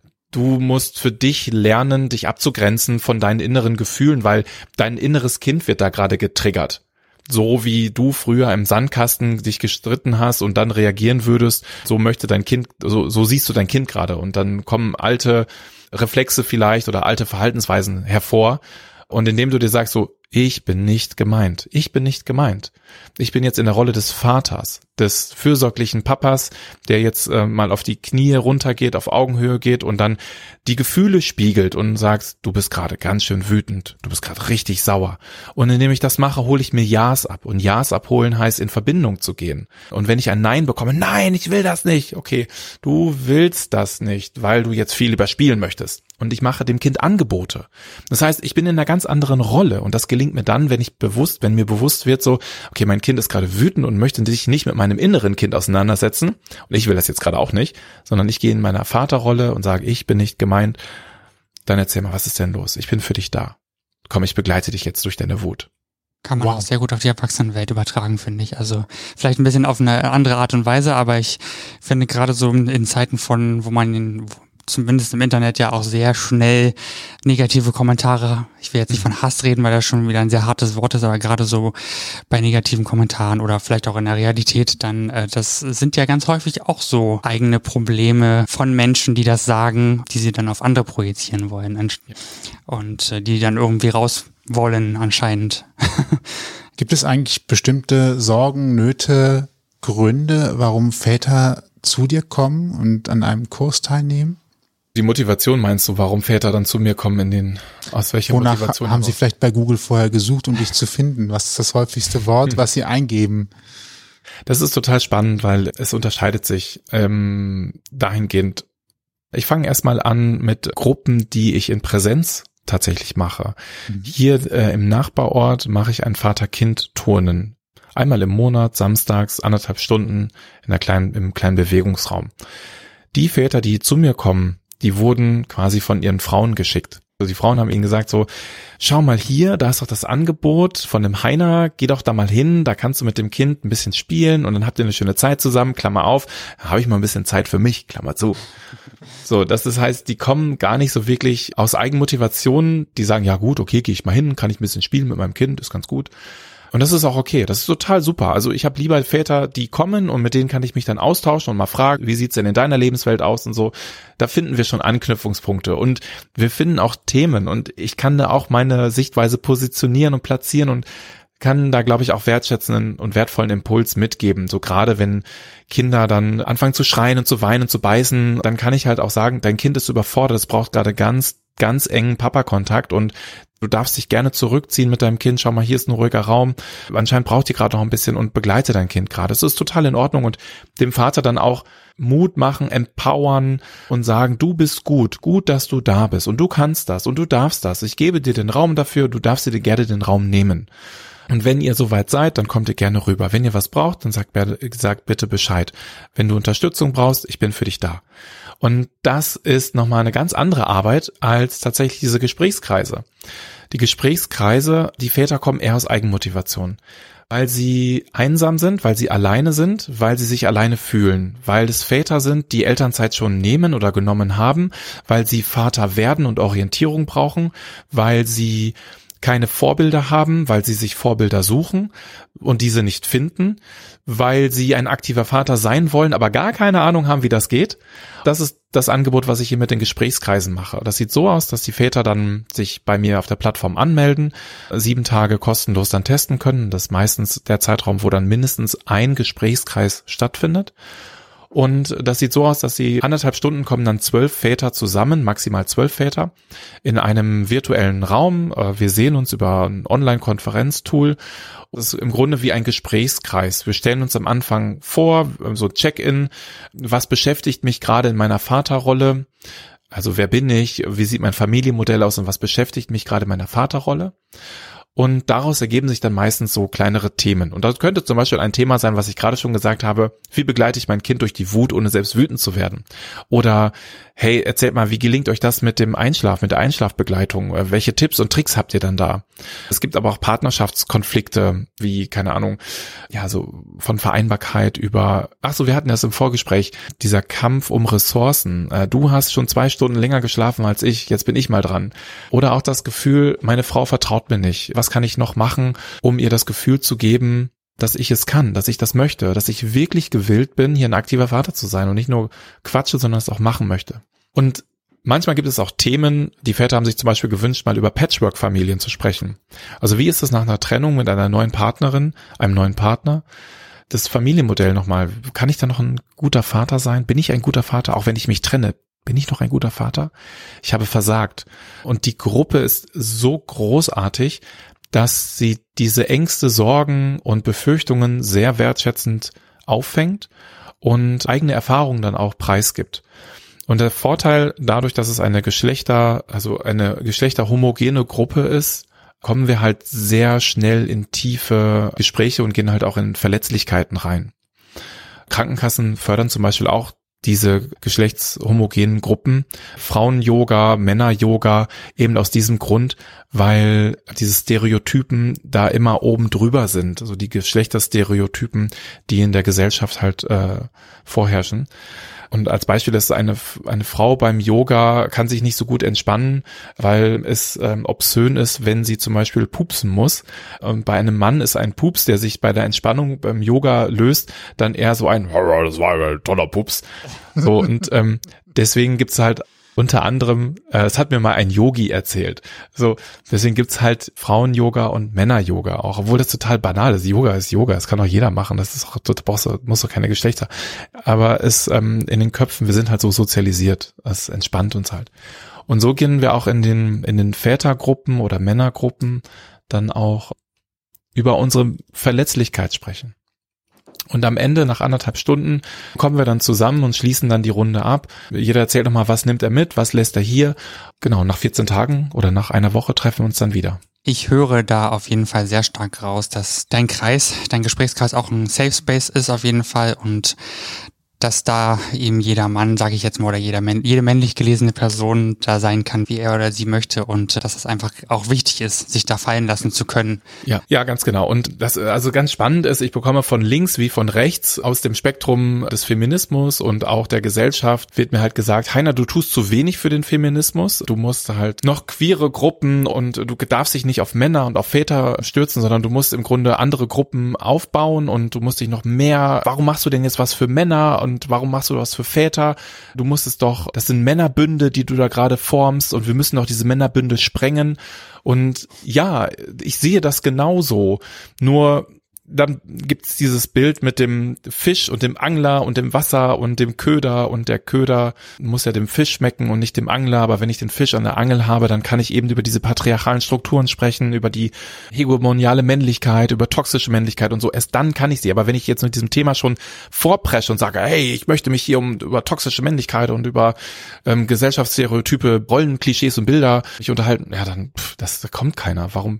du musst für dich lernen, dich abzugrenzen von deinen inneren Gefühlen, weil dein inneres Kind wird da gerade getriggert. So wie du früher im Sandkasten dich gestritten hast und dann reagieren würdest, so möchte dein Kind, so siehst du dein Kind gerade, und dann kommen alte Reflexe vielleicht oder alte Verhaltensweisen hervor. Und indem du dir sagst so, ich bin nicht gemeint. Ich bin nicht gemeint. Ich bin jetzt in der Rolle des Vaters, des fürsorglichen Papas, der jetzt mal auf die Knie runtergeht, auf Augenhöhe geht und dann die Gefühle spiegelt und sagt, du bist gerade ganz schön wütend, du bist gerade richtig sauer. Und indem ich das mache, hole ich mir Ja's ab. Und Ja's abholen heißt, in Verbindung zu gehen. Und wenn ich ein Nein bekomme, nein, ich will das nicht. Okay, du willst das nicht, weil du jetzt viel überspielen möchtest. Und ich mache dem Kind Angebote. Das heißt, ich bin in einer ganz anderen Rolle, und das gelingt mir dann, wenn mir bewusst wird so, okay, mein Kind ist gerade wütend und möchte sich nicht mit meinem inneren Kind auseinandersetzen, und ich will das jetzt gerade auch nicht, sondern ich gehe in meiner Vaterrolle und sage, ich bin nicht gemeint. Dann erzähl mal, was ist denn los? Ich bin für dich da. Komm, ich begleite dich jetzt durch deine Wut. Kann man auch sehr gut auf die Erwachsenenwelt übertragen, finde ich. Also vielleicht ein bisschen auf eine andere Art und Weise, aber ich finde gerade so in Zeiten wo man zumindest im Internet ja auch sehr schnell negative Kommentare, ich will jetzt nicht von Hass reden, weil das schon wieder ein sehr hartes Wort ist, aber gerade so bei negativen Kommentaren oder vielleicht auch in der Realität, dann das sind ja ganz häufig auch so eigene Probleme von Menschen, die das sagen, die sie dann auf andere projizieren wollen und die dann irgendwie raus wollen anscheinend. Gibt es eigentlich bestimmte Sorgen, Nöte, Gründe, warum Väter zu dir kommen und an einem Kurs teilnehmen? Die Motivation meinst du, warum Väter dann zu mir kommen aus welcher Wonach Motivation? Haben sie vielleicht bei Google vorher gesucht, um dich zu finden? Was ist das häufigste Wort, was sie eingeben? Das ist total spannend, weil es unterscheidet sich dahingehend. Ich fange erstmal an mit Gruppen, die ich in Präsenz tatsächlich mache. Hier im Nachbarort mache ich ein Vater-Kind-Turnen. Einmal im Monat, samstags, 1,5 Stunden im kleinen Bewegungsraum. Die Väter, die zu mir kommen, die wurden quasi von ihren Frauen geschickt. Also die Frauen haben ihnen gesagt so, schau mal hier, da ist doch das Angebot von dem Heiner, geh doch da mal hin, da kannst du mit dem Kind ein bisschen spielen und dann habt ihr eine schöne Zeit zusammen, Klammer auf, da habe ich mal ein bisschen Zeit für mich, Klammer zu. So, das heißt, die kommen gar nicht so wirklich aus Eigenmotivation, die sagen, ja gut, okay, gehe ich mal hin, kann ich ein bisschen spielen mit meinem Kind, ist ganz gut. Und das ist auch okay, das ist total super. Also ich habe lieber Väter, die kommen und mit denen kann ich mich dann austauschen und mal fragen, wie sieht's denn in deiner Lebenswelt aus und so. Da finden wir schon Anknüpfungspunkte und wir finden auch Themen und ich kann da auch meine Sichtweise positionieren und platzieren und kann da, glaube ich, auch wertschätzenden und wertvollen Impuls mitgeben. So gerade wenn Kinder dann anfangen zu schreien und zu weinen und zu beißen, dann kann ich halt auch sagen, dein Kind ist überfordert, es braucht gerade ganz, ganz engen Papa-Kontakt und du darfst dich gerne zurückziehen mit deinem Kind. Schau mal, hier ist ein ruhiger Raum. Anscheinend braucht die gerade noch ein bisschen und begleite dein Kind gerade. Es ist total in Ordnung und dem Vater dann auch Mut machen, empowern und sagen, du bist gut, dass du da bist und du kannst das und du darfst das. Ich gebe dir den Raum dafür, du darfst dir gerne den Raum nehmen. Und wenn ihr soweit seid, dann kommt ihr gerne rüber. Wenn ihr was braucht, dann sagt bitte Bescheid. Wenn du Unterstützung brauchst, ich bin für dich da. Und das ist nochmal eine ganz andere Arbeit als tatsächlich diese Gesprächskreise. Die Gesprächskreise, die Väter kommen eher aus Eigenmotivation, weil sie einsam sind, weil sie alleine sind, weil sie sich alleine fühlen, weil es Väter sind, die Elternzeit schon nehmen oder genommen haben, weil sie Vater werden und Orientierung brauchen, weil sie keine Vorbilder haben, weil sie sich Vorbilder suchen und diese nicht finden, weil sie ein aktiver Vater sein wollen, aber gar keine Ahnung haben, wie das geht. Das ist das Angebot, was ich hier mit den Gesprächskreisen mache. Das sieht so aus, dass die Väter dann sich bei mir auf der Plattform anmelden, 7 Tage kostenlos dann testen können. Das ist meistens der Zeitraum, wo dann mindestens ein Gesprächskreis stattfindet. Und das sieht so aus, dass sie 1,5 Stunden kommen dann 12 Väter zusammen, maximal 12 Väter, in einem virtuellen Raum. Wir sehen uns über ein Online-Konferenztool. Das ist im Grunde wie ein Gesprächskreis. Wir stellen uns am Anfang vor, so Check-in, was beschäftigt mich gerade in meiner Vaterrolle? Also wer bin ich? Wie sieht mein Familienmodell aus und was beschäftigt mich gerade in meiner Vaterrolle? Und daraus ergeben sich dann meistens so kleinere Themen. Und das könnte zum Beispiel ein Thema sein, was ich gerade schon gesagt habe. Wie begleite ich mein Kind durch die Wut, ohne selbst wütend zu werden? Oder, hey, erzählt mal, wie gelingt euch das mit dem Einschlaf, mit der Einschlafbegleitung? Welche Tipps und Tricks habt ihr dann da? Es gibt aber auch Partnerschaftskonflikte, wie, keine Ahnung, ja, so von Vereinbarkeit über, wir hatten das im Vorgespräch, dieser Kampf um Ressourcen. Du hast schon 2 Stunden länger geschlafen als ich, jetzt bin ich mal dran. Oder auch das Gefühl, meine Frau vertraut mir nicht. Was kann ich noch machen, um ihr das Gefühl zu geben, dass ich es kann, dass ich das möchte, dass ich wirklich gewillt bin, hier ein aktiver Vater zu sein und nicht nur quatsche, sondern es auch machen möchte. Und manchmal gibt es auch Themen, die Väter haben sich zum Beispiel gewünscht, mal über Patchwork-Familien zu sprechen. Also wie ist es nach einer Trennung mit einer neuen Partnerin, einem neuen Partner? Das Familienmodell nochmal, kann ich da noch ein guter Vater sein? Bin ich ein guter Vater, auch wenn ich mich trenne? Bin ich noch ein guter Vater? Ich habe versagt. Und die Gruppe ist so großartig, dass sie diese Ängste, Sorgen und Befürchtungen sehr wertschätzend auffängt und eigene Erfahrungen dann auch preisgibt. Und der Vorteil dadurch, dass es eine geschlechterhomogene Gruppe ist, kommen wir halt sehr schnell in tiefe Gespräche und gehen halt auch in Verletzlichkeiten rein. Krankenkassen fördern zum Beispiel auch diese geschlechtshomogenen Gruppen, Frauen-Yoga, Männer-Yoga, eben aus diesem Grund, weil diese Stereotypen da immer oben drüber sind, also die Geschlechterstereotypen, die in der Gesellschaft halt vorherrschen. Und als Beispiel ist eine Frau beim Yoga kann sich nicht so gut entspannen, weil es obszön ist, wenn sie zum Beispiel pupsen muss. Und bei einem Mann ist ein Pups, der sich bei der Entspannung beim Yoga löst, dann eher so ein, das war ein toller Pups. So, und deswegen gibt's halt unter anderem, es hat mir mal ein Yogi erzählt. So, deswegen gibt's halt Frauen-Yoga und Männer-Yoga auch, obwohl das total banal ist. Yoga ist Yoga, das kann auch jeder machen. Das ist auch, muss doch keine Geschlechter. Aber es in den Köpfen, wir sind halt so sozialisiert. Es entspannt uns halt. Und so gehen wir auch in den Vätergruppen oder Männergruppen dann auch über unsere Verletzlichkeit sprechen. Und am Ende, nach 1,5 Stunden, kommen wir dann zusammen und schließen dann die Runde ab. Jeder erzählt nochmal, was nimmt er mit, was lässt er hier. Genau, nach 14 Tagen oder nach einer Woche treffen wir uns dann wieder. Ich höre da auf jeden Fall sehr stark raus, dass dein Gesprächskreis auch ein Safe Space ist auf jeden Fall und dass da eben jeder Mann, sage ich jetzt mal, oder jede männlich gelesene Person da sein kann, wie er oder sie möchte und dass es einfach auch wichtig ist, sich da fallen lassen zu können. Ja, ganz genau. Und das also ganz spannend ist, ich bekomme von links wie von rechts aus dem Spektrum des Feminismus und auch der Gesellschaft wird mir halt gesagt, Heiner, du tust zu wenig für den Feminismus. Du musst halt noch queere Gruppen und du darfst dich nicht auf Männer und auf Väter stürzen, sondern du musst im Grunde andere Gruppen aufbauen und du musst dich noch mehr, warum machst du denn jetzt was für Männer und warum machst du was für Väter? Du musst es doch, das sind Männerbünde, die du da gerade formst und wir müssen doch diese Männerbünde sprengen. Und ja, ich sehe das genauso. Nur dann gibt's dieses Bild mit dem Fisch und dem Angler und dem Wasser und dem Köder und der Köder muss ja dem Fisch schmecken und nicht dem Angler, aber wenn ich den Fisch an der Angel habe, dann kann ich eben über diese patriarchalen Strukturen sprechen, über die hegemoniale Männlichkeit, über toxische Männlichkeit und so, erst dann kann ich sie, aber wenn ich jetzt mit diesem Thema schon vorpresche und sage, hey, ich möchte mich hier über toxische Männlichkeit und über Gesellschaftsstereotype, Rollen, Klischees und Bilder mich unterhalten, ja dann, da kommt keiner, warum?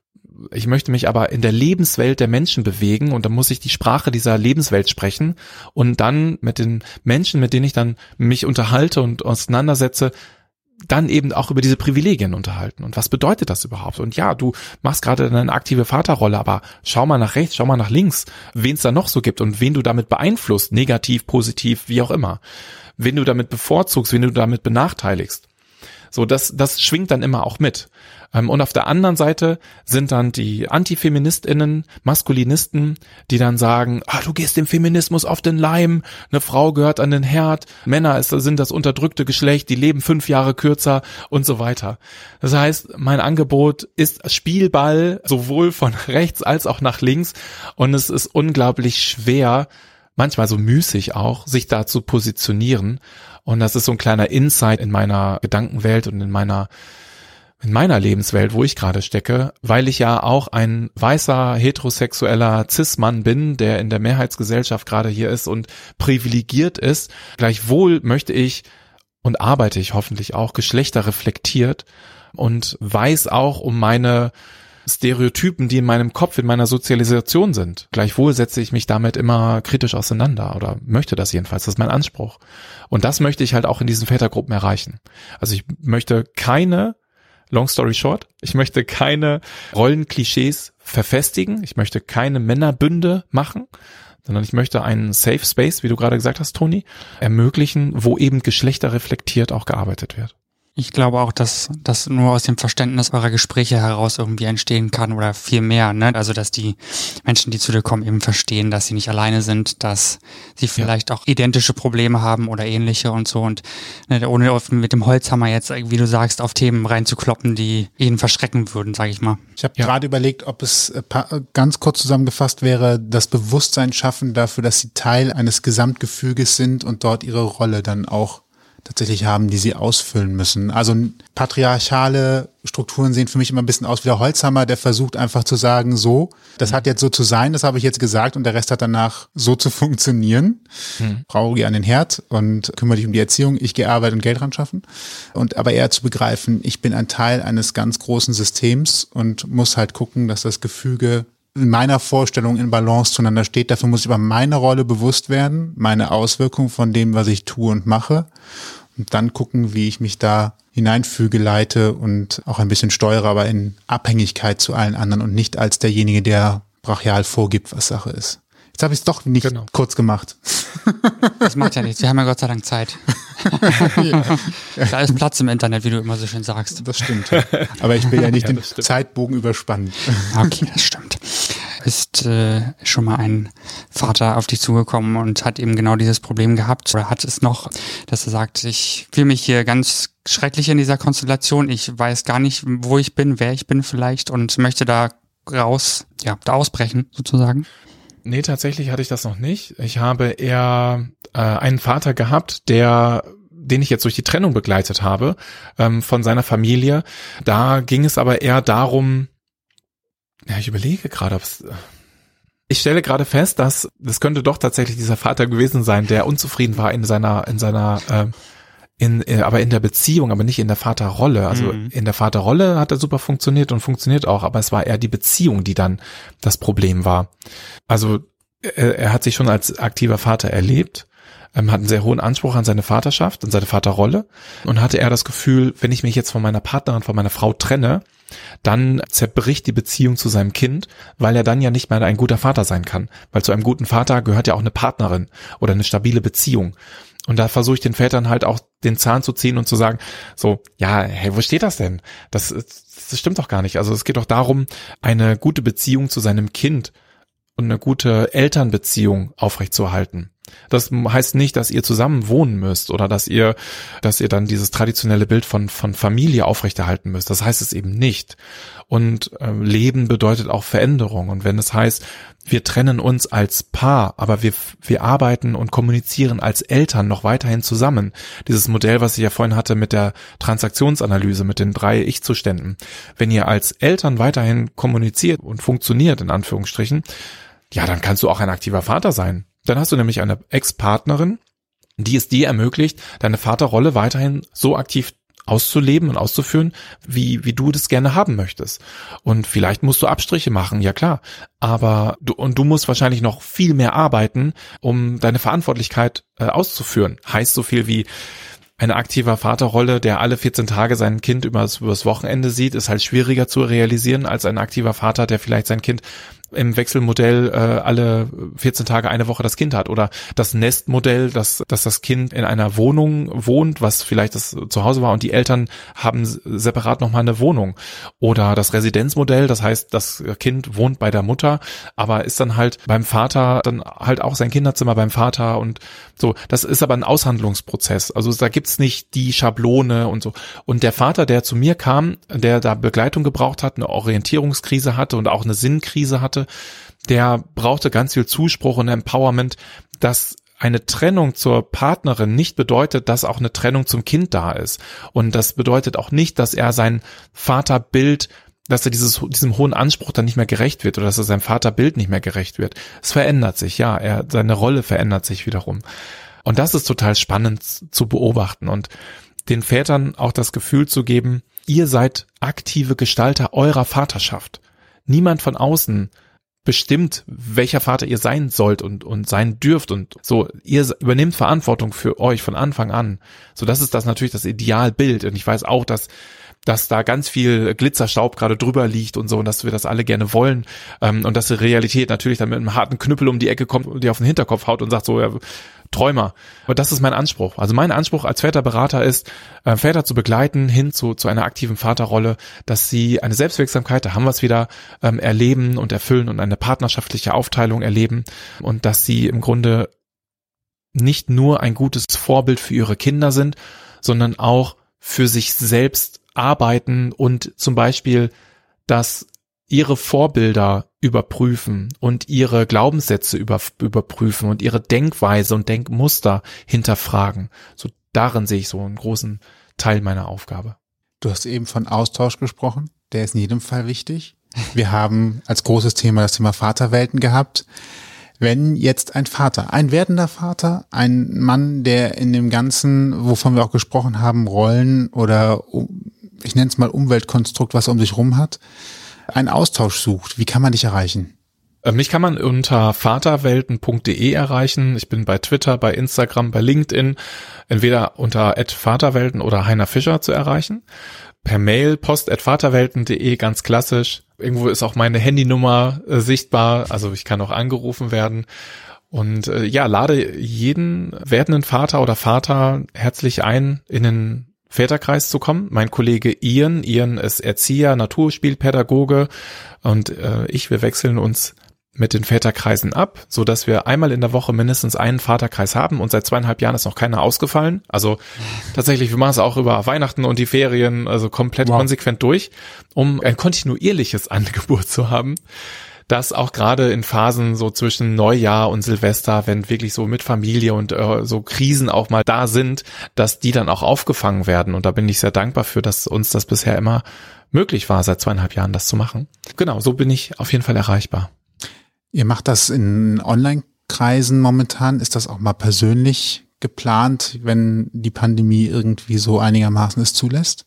Ich möchte mich aber in der Lebenswelt der Menschen bewegen und dann muss ich die Sprache dieser Lebenswelt sprechen und dann mit den Menschen, mit denen ich dann mich unterhalte und auseinandersetze, dann eben auch über diese Privilegien unterhalten. Und was bedeutet das überhaupt? Und ja, du machst gerade eine aktive Vaterrolle, aber schau mal nach rechts, schau mal nach links, wen es da noch so gibt und wen du damit beeinflusst, negativ, positiv, wie auch immer. Wen du damit bevorzugst, wen du damit benachteiligst. So, das schwingt dann immer auch mit. Und auf der anderen Seite sind dann die AntifeministInnen, Maskulinisten, die dann sagen, du gehst dem Feminismus auf den Leim, eine Frau gehört an den Herd, Männer sind das unterdrückte Geschlecht, die leben 5 Jahre kürzer und so weiter. Das heißt, mein Angebot ist Spielball, sowohl von rechts als auch nach links und es ist unglaublich schwer, manchmal so müßig auch, sich da zu positionieren. Und das ist so ein kleiner Insight in meiner Gedankenwelt und in meiner Lebenswelt, wo ich gerade stecke, weil ich ja auch ein weißer, heterosexueller Cis-Mann bin, der in der Mehrheitsgesellschaft gerade hier ist und privilegiert ist. Gleichwohl möchte ich und arbeite ich hoffentlich auch geschlechterreflektiert und weiß auch um meine Stereotypen, die in meinem Kopf, in meiner Sozialisation sind. Gleichwohl setze ich mich damit immer kritisch auseinander oder möchte das jedenfalls. Das ist mein Anspruch. Und das möchte ich halt auch in diesen Vätergruppen erreichen. Also ich möchte keine, long story short, ich möchte keine Rollenklischees verfestigen. Ich möchte keine Männerbünde machen, sondern ich möchte einen Safe Space, wie du gerade gesagt hast, Toni, ermöglichen, wo eben geschlechterreflektiert auch gearbeitet wird. Ich glaube auch, dass das nur aus dem Verständnis eurer Gespräche heraus irgendwie entstehen kann oder viel mehr, ne? Also, dass die Menschen, die zu dir kommen, eben verstehen, dass sie nicht alleine sind, dass sie vielleicht auch identische Probleme haben oder ähnliche und so und ohne mit dem Holzhammer jetzt, wie du sagst, auf Themen reinzukloppen, die ihnen verschrecken würden, sage ich mal. Ich habe gerade überlegt, ob es ganz kurz zusammengefasst wäre, das Bewusstsein schaffen dafür, dass sie Teil eines Gesamtgefüges sind und dort ihre Rolle dann auch tatsächlich haben, die sie ausfüllen müssen. Also patriarchale Strukturen sehen für mich immer ein bisschen aus wie der Holzhammer, der versucht einfach zu sagen, so, das hat jetzt so zu sein, das habe ich jetzt gesagt und der Rest hat danach so zu funktionieren. Frau, geh an den Herd und kümmere dich um die Erziehung, ich gehe Arbeit und Geld ran schaffen. Aber eher zu begreifen, ich bin ein Teil eines ganz großen Systems und muss halt gucken, dass das Gefüge in meiner Vorstellung in Balance zueinander steht. Dafür muss ich über meine Rolle bewusst werden, meine Auswirkungen von dem, was ich tue und mache. Und dann gucken, wie ich mich da hineinfüge, leite und auch ein bisschen steuere, aber in Abhängigkeit zu allen anderen und nicht als derjenige, der brachial vorgibt, was Sache ist. Jetzt habe ich es doch nicht kurz gemacht. Das macht ja nichts, wir haben ja Gott sei Dank Zeit. Da ist Platz im Internet, wie du immer so schön sagst. Das stimmt. Aber ich will ja nicht den Zeitbogen überspannen. Okay, das stimmt. Ist schon mal ein Vater auf dich zugekommen und hat eben genau dieses Problem gehabt oder hat es noch, dass er sagt, ich fühle mich hier ganz schrecklich in dieser Konstellation, ich weiß gar nicht, wo ich bin, wer ich bin vielleicht und möchte da raus, da ausbrechen sozusagen? Nee, tatsächlich hatte ich das noch nicht. Ich habe eher einen Vater gehabt, den ich jetzt durch die Trennung begleitet habe von seiner Familie. Da ging es aber eher darum, ich überlege gerade, ob es Ich stelle gerade fest, dass das könnte doch tatsächlich dieser Vater gewesen sein, der unzufrieden war aber in der Beziehung, aber nicht in der Vaterrolle. Also in der Vaterrolle hat er super funktioniert und funktioniert auch, aber es war eher die Beziehung, die dann das Problem war. Also er hat sich schon als aktiver Vater erlebt, hat einen sehr hohen Anspruch an seine Vaterschaft und seine Vaterrolle und hatte eher das Gefühl, wenn ich mich jetzt von meiner Partnerin, von meiner Frau trenne, dann zerbricht die Beziehung zu seinem Kind, weil er dann ja nicht mehr ein guter Vater sein kann. Weil zu einem guten Vater gehört ja auch eine Partnerin oder eine stabile Beziehung. Und da versuche ich den Vätern halt auch den Zahn zu ziehen und zu sagen, so, ja, hey, wo steht das denn? Das stimmt doch gar nicht. Also es geht doch darum, eine gute Beziehung zu seinem Kind und eine gute Elternbeziehung aufrechtzuerhalten. Das heißt nicht, dass ihr zusammen wohnen müsst oder dass ihr dann dieses traditionelle Bild von Familie aufrechterhalten müsst. Das heißt es eben nicht. Und Leben bedeutet auch Veränderung. Und wenn es heißt, wir trennen uns als Paar, aber wir arbeiten und kommunizieren als Eltern noch weiterhin zusammen. Dieses Modell, was ich ja vorhin hatte mit der Transaktionsanalyse, mit den 3 Ich-Zuständen. Wenn ihr als Eltern weiterhin kommuniziert und funktioniert, in Anführungsstrichen, ja, dann kannst du auch ein aktiver Vater sein. Dann hast du nämlich eine Ex-Partnerin, die es dir ermöglicht, deine Vaterrolle weiterhin so aktiv auszuleben und auszuführen, wie du das gerne haben möchtest. Und vielleicht musst du Abstriche machen, ja klar. Aber du musst wahrscheinlich noch viel mehr arbeiten, um deine Verantwortlichkeit auszuführen. Heißt so viel wie eine aktive Vaterrolle, der alle 14 Tage sein Kind übers Wochenende sieht, ist halt schwieriger zu realisieren als ein aktiver Vater, der vielleicht sein Kind im Wechselmodell alle 14 Tage eine Woche das Kind hat, oder das Nestmodell, dass das Kind in einer Wohnung wohnt, was vielleicht das Zuhause war und die Eltern haben separat nochmal eine Wohnung, oder das Residenzmodell, das heißt, das Kind wohnt bei der Mutter, aber ist dann halt beim Vater, dann halt auch sein Kinderzimmer beim Vater und so. Das ist aber ein Aushandlungsprozess, also da gibt's nicht die Schablone und so. Und der Vater, der zu mir kam, der da Begleitung gebraucht hat, eine Orientierungskrise hatte und auch eine Sinnkrise hatte, der brauchte ganz viel Zuspruch und Empowerment, dass eine Trennung zur Partnerin nicht bedeutet, dass auch eine Trennung zum Kind da ist. Und das bedeutet auch nicht, dass er sein Vaterbild, dass er diesem hohen Anspruch dann nicht mehr gerecht wird oder dass er seinem Vaterbild nicht mehr gerecht wird. Es verändert sich, ja, seine Rolle verändert sich wiederum. Und das ist total spannend zu beobachten und den Vätern auch das Gefühl zu geben, ihr seid aktive Gestalter eurer Vaterschaft. Niemand von außen bestimmt, welcher Vater ihr sein sollt und sein dürft und so. Ihr übernehmt Verantwortung für euch von Anfang an. So, das ist natürlich das Idealbild. Und ich weiß auch, dass da ganz viel Glitzerstaub gerade drüber liegt und so und dass wir das alle gerne wollen und dass die Realität natürlich dann mit einem harten Knüppel um die Ecke kommt und dir auf den Hinterkopf haut und sagt so, ja, Träumer. Aber das ist mein Anspruch. Also mein Anspruch als Väterberater ist, Väter zu begleiten hin zu einer aktiven Vaterrolle, dass sie eine Selbstwirksamkeit, da haben wir es wieder, erleben und erfüllen und eine partnerschaftliche Aufteilung erleben und dass sie im Grunde nicht nur ein gutes Vorbild für ihre Kinder sind, sondern auch für sich selbst arbeiten und zum Beispiel, dass ihre Vorbilder überprüfen und ihre Glaubenssätze überprüfen und ihre Denkweise und Denkmuster hinterfragen. So darin sehe ich so einen großen Teil meiner Aufgabe. Du hast eben von Austausch gesprochen. Der ist in jedem Fall wichtig. Wir haben als großes Thema das Thema Vaterwelten gehabt. Wenn jetzt ein Vater, ein werdender Vater, ein Mann, der in dem Ganzen, wovon wir auch gesprochen haben, Rollen oder ich nenne es mal Umweltkonstrukt, was er um sich rum hat, einen Austausch sucht, wie kann man dich erreichen? Mich kann man unter vaterwelten.de erreichen. Ich bin bei Twitter, bei Instagram, bei LinkedIn, entweder unter @vaterwelten oder Heiner Fischer zu erreichen. Per Mail, post@vaterwelten.de, ganz klassisch. Irgendwo ist auch meine Handynummer sichtbar, also ich kann auch angerufen werden. Und lade jeden werdenden Vater oder Vater herzlich ein, in den Väterkreis zu kommen. Mein Kollege Ian ist Erzieher, Naturspielpädagoge und wir wechseln uns mit den Väterkreisen ab, so dass wir einmal in der Woche mindestens einen Vaterkreis haben und seit 2,5 Jahren ist noch keiner ausgefallen. Also tatsächlich, wir machen es auch über Weihnachten und die Ferien, also komplett konsequent durch, um ein kontinuierliches Angebot zu haben. Das auch gerade in Phasen so zwischen Neujahr und Silvester, wenn wirklich so mit Familie und so Krisen auch mal da sind, dass die dann auch aufgefangen werden. Und da bin ich sehr dankbar für, dass uns das bisher immer möglich war, seit 2,5 Jahren das zu machen. Genau, so bin ich auf jeden Fall erreichbar. Ihr macht das in Online-Kreisen momentan. Ist das auch mal persönlich geplant, wenn die Pandemie irgendwie so einigermaßen es zulässt?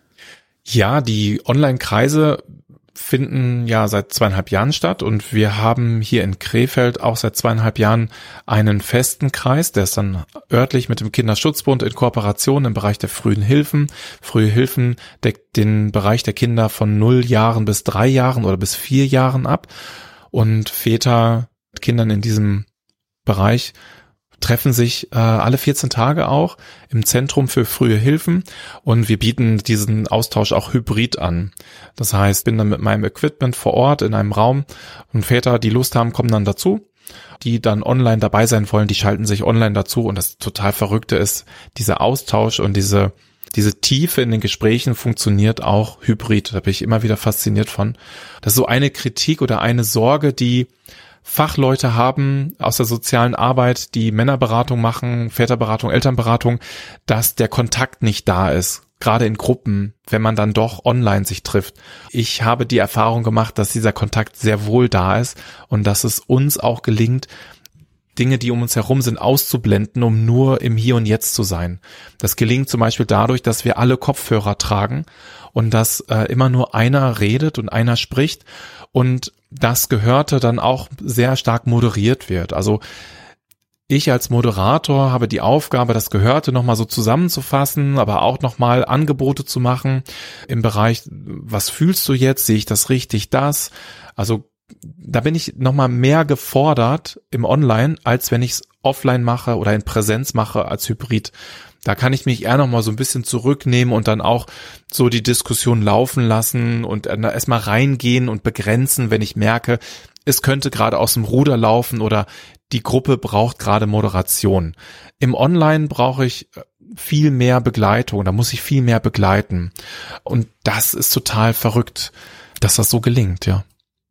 Ja, die Online-Kreise finden ja seit 2,5 Jahren statt und wir haben hier in Krefeld auch seit 2,5 Jahren einen festen Kreis, der ist dann örtlich mit dem Kinderschutzbund in Kooperation im Bereich der frühen Hilfen. Frühe Hilfen deckt den Bereich der Kinder von 0 Jahren bis 3 Jahren oder bis 4 Jahren ab und Väter mit Kindern in diesem Bereich treffen sich alle 14 Tage auch im Zentrum für frühe Hilfen und wir bieten diesen Austausch auch hybrid an. Das heißt, bin dann mit meinem Equipment vor Ort in einem Raum und Väter, die Lust haben, kommen dann dazu. Die dann online dabei sein wollen, die schalten sich online dazu und das total Verrückte ist, dieser Austausch und diese Tiefe in den Gesprächen funktioniert auch hybrid. Da bin ich immer wieder fasziniert von. Das ist so eine Kritik oder eine Sorge, die Fachleute haben aus der sozialen Arbeit, die Männerberatung machen, Väterberatung, Elternberatung, dass der Kontakt nicht da ist, gerade in Gruppen, wenn man dann doch online sich trifft. Ich habe die Erfahrung gemacht, dass dieser Kontakt sehr wohl da ist und dass es uns auch gelingt, Dinge, die um uns herum sind, auszublenden, um nur im Hier und Jetzt zu sein. Das gelingt zum Beispiel dadurch, dass wir alle Kopfhörer tragen und dass immer nur einer redet und einer spricht und das Gehörte dann auch sehr stark moderiert wird. Also ich als Moderator habe die Aufgabe, das Gehörte nochmal so zusammenzufassen, aber auch nochmal Angebote zu machen im Bereich, was fühlst du jetzt, sehe ich das richtig, das? Also da bin ich nochmal mehr gefordert im Online, als wenn ich es offline mache oder in Präsenz mache als Hybrid. Da kann ich mich eher nochmal so ein bisschen zurücknehmen und dann auch so die Diskussion laufen lassen und erstmal reingehen und begrenzen, wenn ich merke, es könnte gerade aus dem Ruder laufen oder die Gruppe braucht gerade Moderation. Im Online brauche ich viel mehr Begleitung, da muss ich viel mehr begleiten. Und das ist total verrückt, dass das so gelingt, ja.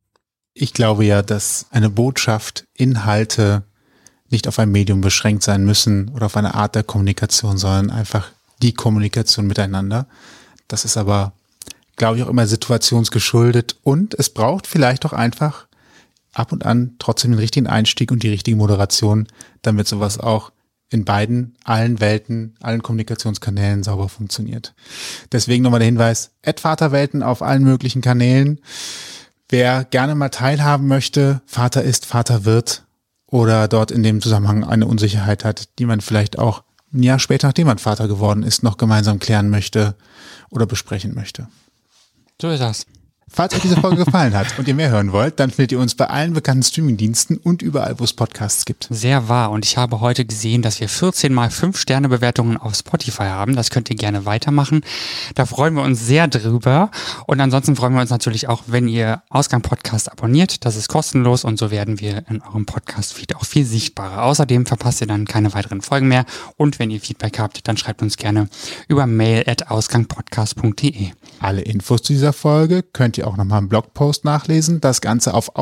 Ich glaube ja, dass eine Botschaft, Inhalte nicht auf ein Medium beschränkt sein müssen oder auf eine Art der Kommunikation, sondern einfach die Kommunikation miteinander. Das ist aber, glaube ich, auch immer situationsgeschuldet und es braucht vielleicht auch einfach ab und an trotzdem den richtigen Einstieg und die richtige Moderation, damit sowas auch in allen Welten, allen Kommunikationskanälen sauber funktioniert. Deswegen nochmal der Hinweis, @Vaterwelten auf allen möglichen Kanälen. Wer gerne mal teilhaben möchte, Vater ist, Vater wird oder dort in dem Zusammenhang eine Unsicherheit hat, die man vielleicht auch ein Jahr später, nachdem man Vater geworden ist, noch gemeinsam klären möchte oder besprechen möchte. So ist das. Falls euch diese Folge gefallen hat und ihr mehr hören wollt, dann findet ihr uns bei allen bekannten Streamingdiensten und überall, wo es Podcasts gibt. Sehr wahr. Und ich habe heute gesehen, dass wir 14 mal 5-Sterne-Bewertungen auf Spotify haben. Das könnt ihr gerne weitermachen. Da freuen wir uns sehr drüber. Und ansonsten freuen wir uns natürlich auch, wenn ihr Ausgang Podcast abonniert. Das ist kostenlos und so werden wir in eurem Podcast-Feed auch viel sichtbarer. Außerdem verpasst ihr dann keine weiteren Folgen mehr. Und wenn ihr Feedback habt, dann schreibt uns gerne über mail@ausgangpodcast.de. Alle Infos zu dieser Folge könnt ihr auch nochmal im Blogpost nachlesen. Das Ganze auf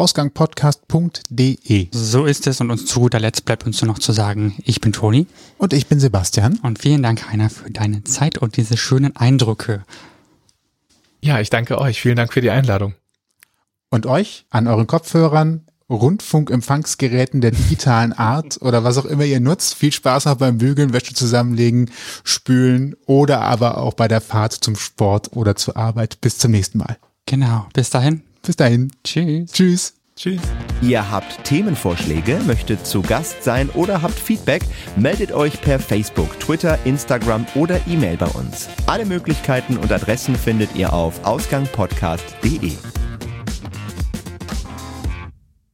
ausgangpodcast.de. So ist es und uns zu guter Letzt bleibt uns nur noch zu sagen, ich bin Toni. Und ich bin Sebastian. Und vielen Dank, Heiner, für deine Zeit und diese schönen Eindrücke. Ja, ich danke euch. Vielen Dank für die Einladung. Und euch an euren Kopfhörern, Rundfunkempfangsgeräten der digitalen Art oder was auch immer ihr nutzt. Viel Spaß noch beim Bügeln, Wäsche zusammenlegen, Spülen oder aber auch bei der Fahrt zum Sport oder zur Arbeit. Bis zum nächsten Mal. Genau, bis dahin. Bis dahin. Tschüss. Tschüss. Tschüss. Ihr habt Themenvorschläge, möchtet zu Gast sein oder habt Feedback, meldet euch per Facebook, Twitter, Instagram oder E-Mail bei uns. Alle Möglichkeiten und Adressen findet ihr auf ausgangpodcast.de.